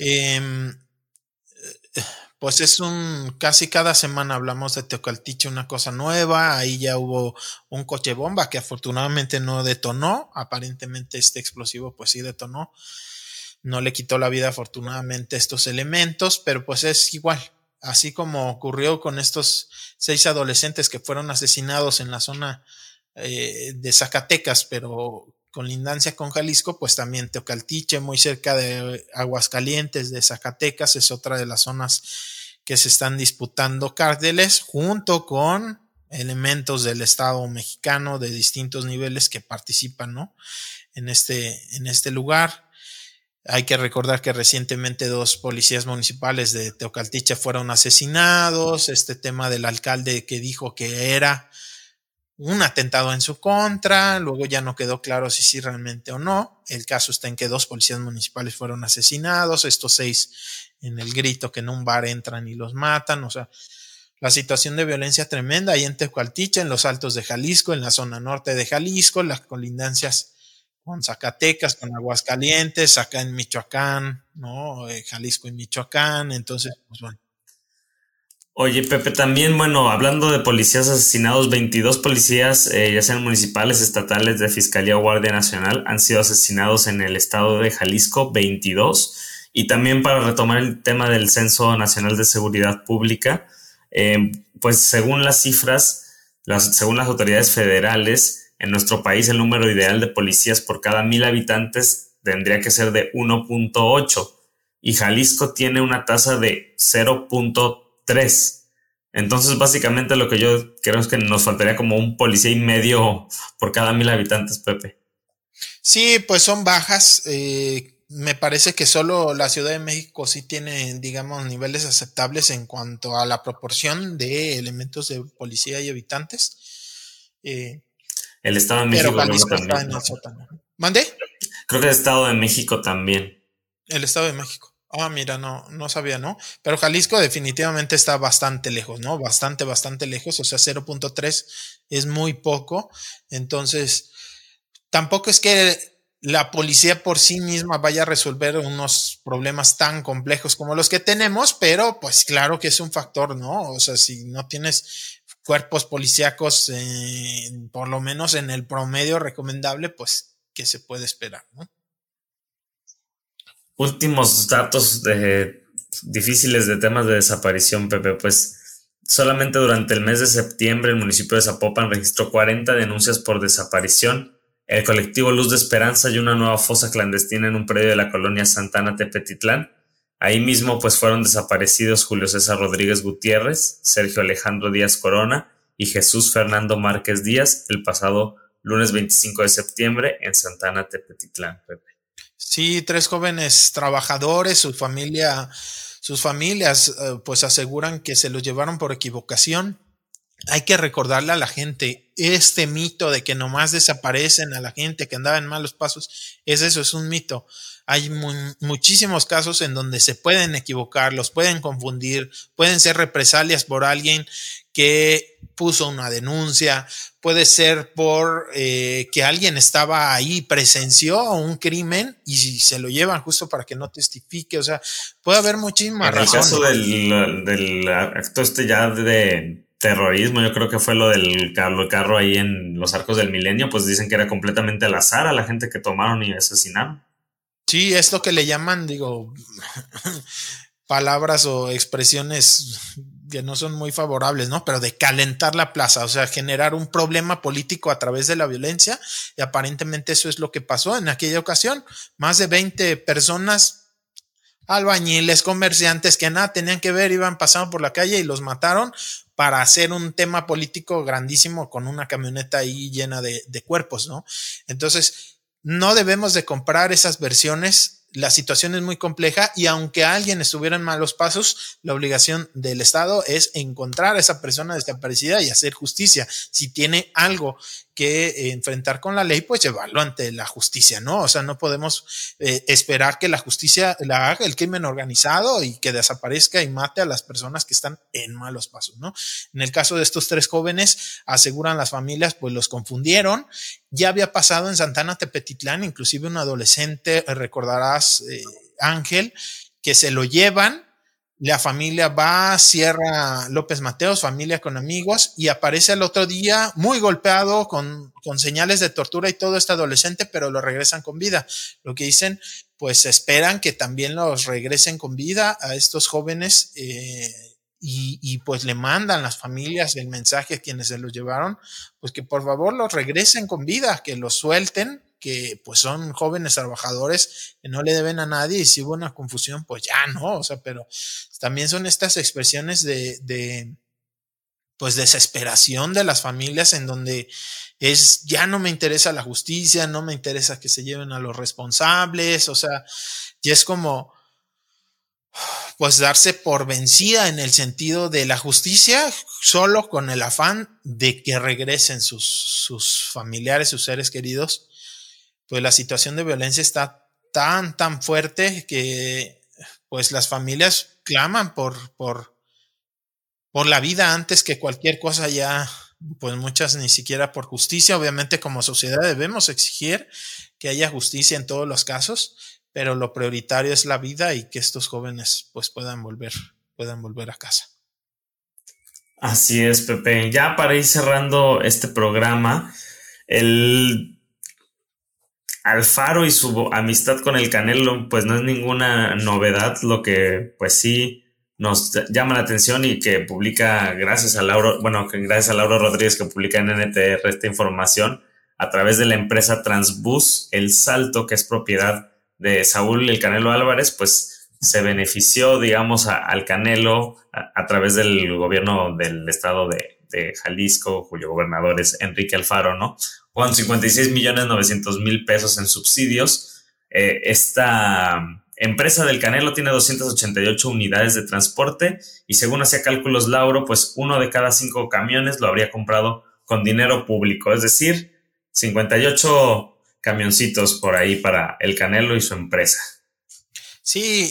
Pues es casi cada semana hablamos de Teocaltiche, una cosa nueva. Ahí ya hubo un coche bomba que afortunadamente no detonó. Aparentemente este explosivo pues sí detonó. No le quitó la vida afortunadamente a estos elementos, pero pues es igual. Así como ocurrió con estos 6 adolescentes que fueron asesinados en la zona de Zacatecas, pero con lindancia con Jalisco, pues también Teocaltiche, muy cerca de Aguascalientes, de Zacatecas, es otra de las zonas que se están disputando cárteles, junto con elementos del Estado mexicano de distintos niveles que participan, ¿no? en este lugar. Hay que recordar que recientemente 2 policías municipales de Teocaltiche fueron asesinados. Este tema del alcalde que dijo que era un atentado en su contra, luego ya no quedó claro si sí realmente o no. El caso está en que 2 policías municipales fueron asesinados, estos 6 en el grito que en un bar entran y los matan. O sea, la situación de violencia tremenda ahí en Teocaltiche, en los altos de Jalisco, en la zona norte de Jalisco, las colindancias con Zacatecas, con Aguascalientes, acá en Michoacán, ¿no? Jalisco y Michoacán. Entonces, pues bueno. Oye, Pepe, también, bueno, hablando de policías asesinados, 22 policías, ya sean municipales, estatales, de Fiscalía o Guardia Nacional, han sido asesinados en el estado de Jalisco, 22. Y también, para retomar el tema del Censo Nacional de Seguridad Pública, pues según las cifras, según las autoridades federales, en nuestro país el número ideal de policías por cada 1,000 habitantes tendría que ser de 1.8, y Jalisco tiene una tasa de 0.3. Entonces básicamente lo que yo creo es que nos faltaría como un policía y medio por cada 1,000 habitantes, Pepe. Sí, pues son bajas. me parece que solo la Ciudad de México sí tiene, digamos, niveles aceptables en cuanto a la proporción de elementos de policía y habitantes. El Estado de Pero México creo Jalisco que está también. en el sótano. ¿Mande? Creo que el Estado de México también. El Estado de México. Ah, mira, no sabía, ¿no? Pero Jalisco definitivamente está bastante lejos, ¿no? Bastante lejos, o sea, 0.3 es muy poco. Entonces, tampoco es que la policía por sí misma vaya a resolver unos problemas tan complejos como los que tenemos, pero pues claro que es un factor, ¿no? O sea, si no tienes cuerpos policíacos, por lo menos en el promedio recomendable, pues, ¿qué se puede esperar, no? Últimos datos difíciles de temas de desaparición, Pepe. Pues solamente durante el mes de septiembre el municipio de Zapopan registró 40 denuncias por desaparición. El colectivo Luz de Esperanza y una nueva fosa clandestina en un predio de la colonia Santana Tepetitlán. Ahí mismo pues fueron desaparecidos Julio César Rodríguez Gutiérrez, Sergio Alejandro Díaz Corona y Jesús Fernando Márquez Díaz el pasado lunes 25 de septiembre en Santana Tepetitlán, Pepe. Sí, 3 jóvenes trabajadores, sus familias, pues aseguran que se los llevaron por equivocación. Hay que recordarle a la gente, este mito de que nomás desaparecen a la gente que andaba en malos pasos, es un mito. Hay muchísimos casos en donde se pueden equivocar, los pueden confundir, pueden ser represalias por alguien que puso una denuncia, puede ser por que alguien estaba ahí, presenció un crimen y se lo llevan justo para que no testifique, o sea, puede haber muchísimas razones. En el caso del acto ya de terrorismo, yo creo que fue lo del carro ahí en los Arcos del Milenio, pues dicen que era completamente al azar a la gente que tomaron y asesinaron. Sí, esto que le llaman, digo, palabras o expresiones que no son muy favorables, ¿no? Pero de calentar la plaza, o sea, generar un problema político a través de la violencia, y aparentemente eso es lo que pasó en aquella ocasión. Más de 20 personas, albañiles, comerciantes, que nada tenían que ver, iban pasando por la calle y los mataron para hacer un tema político grandísimo con una camioneta ahí llena de cuerpos, ¿no? Entonces, no debemos de comprar esas versiones. La situación es muy compleja y aunque alguien estuviera en malos pasos, la obligación del Estado es encontrar a esa persona desaparecida y hacer justicia. Si tiene algo que enfrentar con la ley, pues llevarlo ante la justicia, ¿no? O sea, no podemos esperar que la justicia la haga el crimen organizado y que desaparezca y mate a las personas que están en malos pasos, ¿no? En el caso de estos 3 jóvenes, aseguran las familias, pues los confundieron. Ya había pasado en Santana Tepetitlán, inclusive un adolescente, recordarás, Ángel, que se lo llevan. La familia va, cierra López Mateos, familia con amigos, y aparece al otro día muy golpeado, con señales de tortura y todo este adolescente, pero lo regresan con vida. Lo que dicen, pues esperan que también los regresen con vida a estos jóvenes, y pues le mandan las familias el mensaje a quienes se los llevaron, pues que por favor los regresen con vida, que los suelten, que pues son jóvenes trabajadores que no le deben a nadie, y si hubo una confusión, pues ya no, o sea, pero también son estas expresiones de pues desesperación de las familias, en donde ya no me interesa la justicia, no me interesa que se lleven a los responsables, o sea, ya es como pues darse por vencida en el sentido de la justicia, solo con el afán de que regresen sus familiares, sus seres queridos. Pues la situación de violencia está tan fuerte que pues las familias claman por la vida antes que cualquier cosa. Ya pues muchas ni siquiera por justicia. Obviamente como sociedad debemos exigir que haya justicia en todos los casos, pero lo prioritario es la vida y que estos jóvenes pues puedan volver a casa. Así es, Pepe. Ya para ir cerrando este programa, el Alfaro y su amistad con el Canelo pues no es ninguna novedad. Lo que pues sí nos llama la atención y que publica gracias a Lauro Rodríguez, que publica en NTR esta información a través de la empresa Transbus El Salto, que es propiedad de Saúl el Canelo Álvarez, pues se benefició, digamos, al Canelo a través del gobierno del estado de Jalisco, cuyo gobernador es Enrique Alfaro, ¿no? Con 56.900.000 pesos en subsidios. esta empresa del Canelo tiene 288 unidades de transporte y según hacía cálculos Lauro, pues 1 de cada 5 camiones lo habría comprado con dinero público, es decir, 58 camioncitos por ahí para el Canelo y su empresa. Sí,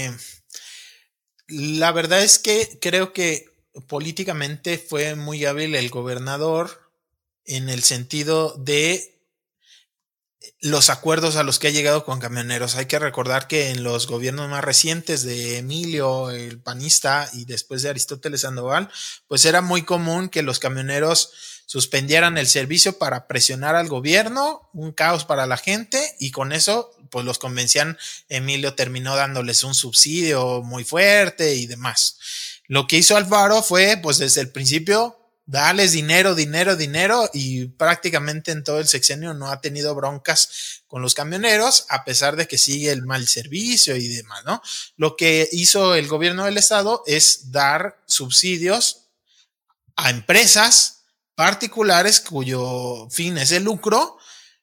la verdad es que creo que políticamente fue muy hábil el gobernador en el sentido de los acuerdos a los que ha llegado con camioneros. Hay que recordar que en los gobiernos más recientes de Emilio, el panista, y después de Aristóteles Sandoval, pues era muy común que los camioneros suspendieran el servicio para presionar al gobierno, un caos para la gente, y con eso pues los convencían. Emilio terminó dándoles un subsidio muy fuerte y demás. Lo que hizo Alfaro fue pues desde el principio darles dinero, y prácticamente en todo el sexenio no ha tenido broncas con los camioneros, a pesar de que sigue el mal servicio y demás, ¿no? Lo que hizo el gobierno del estado es dar subsidios a empresas particulares cuyo fin es el lucro,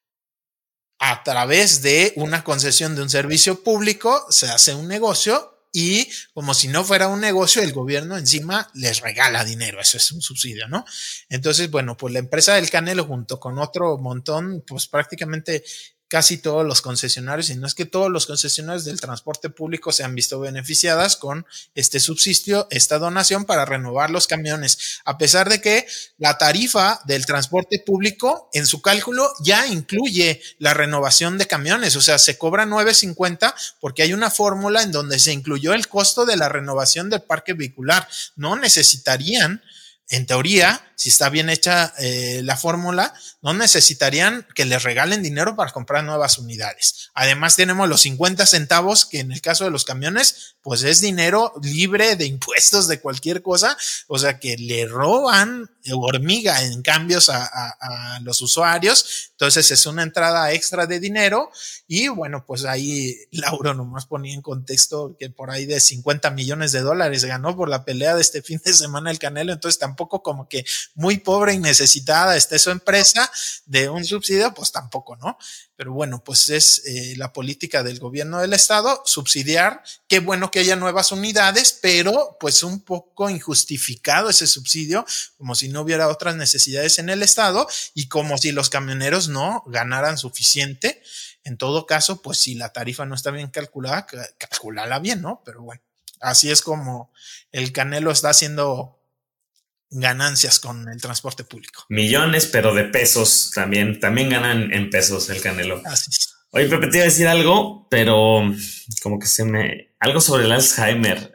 a través de una concesión de un servicio público. Se hace un negocio y, como si no fuera un negocio, el gobierno encima les regala dinero. Eso es un subsidio, ¿no? Entonces, bueno, pues la empresa del Canelo junto con otro montón, pues prácticamente casi todos los concesionarios, y no es que todos los concesionarios del transporte público se han visto beneficiadas con este subsidio, esta donación para renovar los camiones, a pesar de que la tarifa del transporte público en su cálculo ya incluye la renovación de camiones. O sea, se cobra $9.50 porque hay una fórmula en donde se incluyó el costo de la renovación del parque vehicular. No necesitarían, en teoría, si está bien hecha la fórmula, no necesitarían que les regalen dinero para comprar nuevas unidades. Además tenemos los 50 centavos, que en el caso de los camiones, pues es dinero libre de impuestos, de cualquier cosa. O sea que le roban hormiga en cambios a los usuarios. Entonces es una entrada extra de dinero. Y bueno, pues ahí Lauro nomás ponía en contexto que por ahí de $50 millones ganó por la pelea de este fin de semana el Canelo. Entonces tampoco como que muy pobre y necesitada esté su empresa de un subsidio, pues tampoco, ¿no? Pero bueno, pues es la política del gobierno del estado, subsidiar. Qué bueno que haya nuevas unidades, pero pues un poco injustificado ese subsidio, como si no hubiera otras necesidades en el estado y como si los camioneros no ganaran suficiente. En todo caso, pues si la tarifa no está bien calculada, calculala bien, ¿no? Pero bueno, así es como el Canelo está haciendo ganancias con el transporte público. Millones, pero de pesos también ganan en pesos el Canelo. Así es. Oye, Pepe, te iba a decir algo, pero como que algo sobre el Alzheimer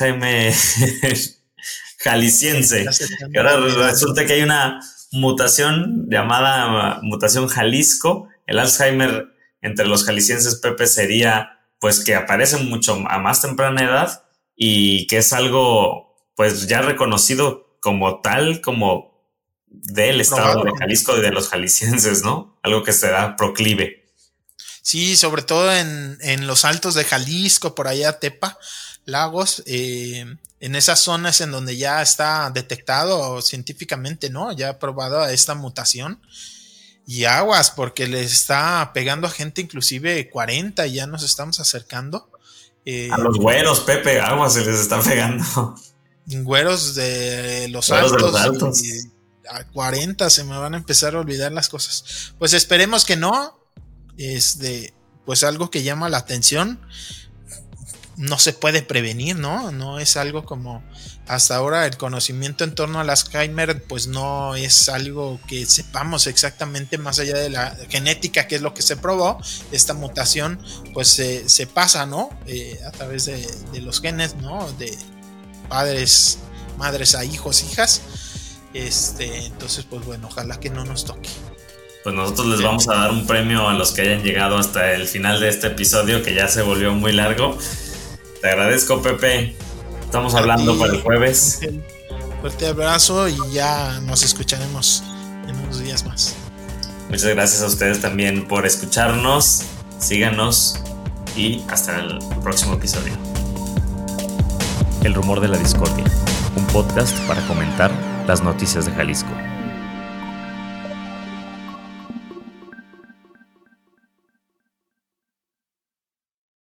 jalisciense, que ahora resulta que hay una mutación llamada mutación Jalisco. El Alzheimer entre los jaliscienses, Pepe, sería pues que aparece mucho a más temprana edad y que es algo pues ya reconocido como tal, como del estado de Jalisco y de los jaliscienses, ¿no? Algo que se da proclive. Sí, sobre todo en los altos de Jalisco, por allá Tepa, Lagos, en esas zonas en donde ya está detectado científicamente, ¿no? Ya ha probado esta mutación. Y aguas, porque le está pegando a gente inclusive 40 y ya nos estamos acercando. A los güeros, Pepe, aguas se les está pegando. Güeros de los altos. Y a 40 se me van a empezar a olvidar las cosas. Pues esperemos que no. Pues algo que llama la atención. No se puede prevenir, ¿no? No es algo como hasta ahora el conocimiento en torno al Alzheimer, pues no es algo que sepamos exactamente más allá de la genética, que es lo que se probó. Esta mutación, pues se pasa, ¿no? A través de los genes, ¿no? De padres, madres a hijos, hijas. Entonces, pues bueno, ojalá que no nos toque. Pues nosotros les vamos a dar un premio a los que hayan llegado hasta el final de este episodio, que ya se volvió muy largo. Te agradezco, Pepe. Estamos hablando para el jueves. Fuerte abrazo y ya nos escucharemos en unos días más. Muchas gracias a ustedes también por escucharnos. Síganos y hasta el próximo episodio. El rumor de la discordia, un podcast para comentar las noticias de Jalisco.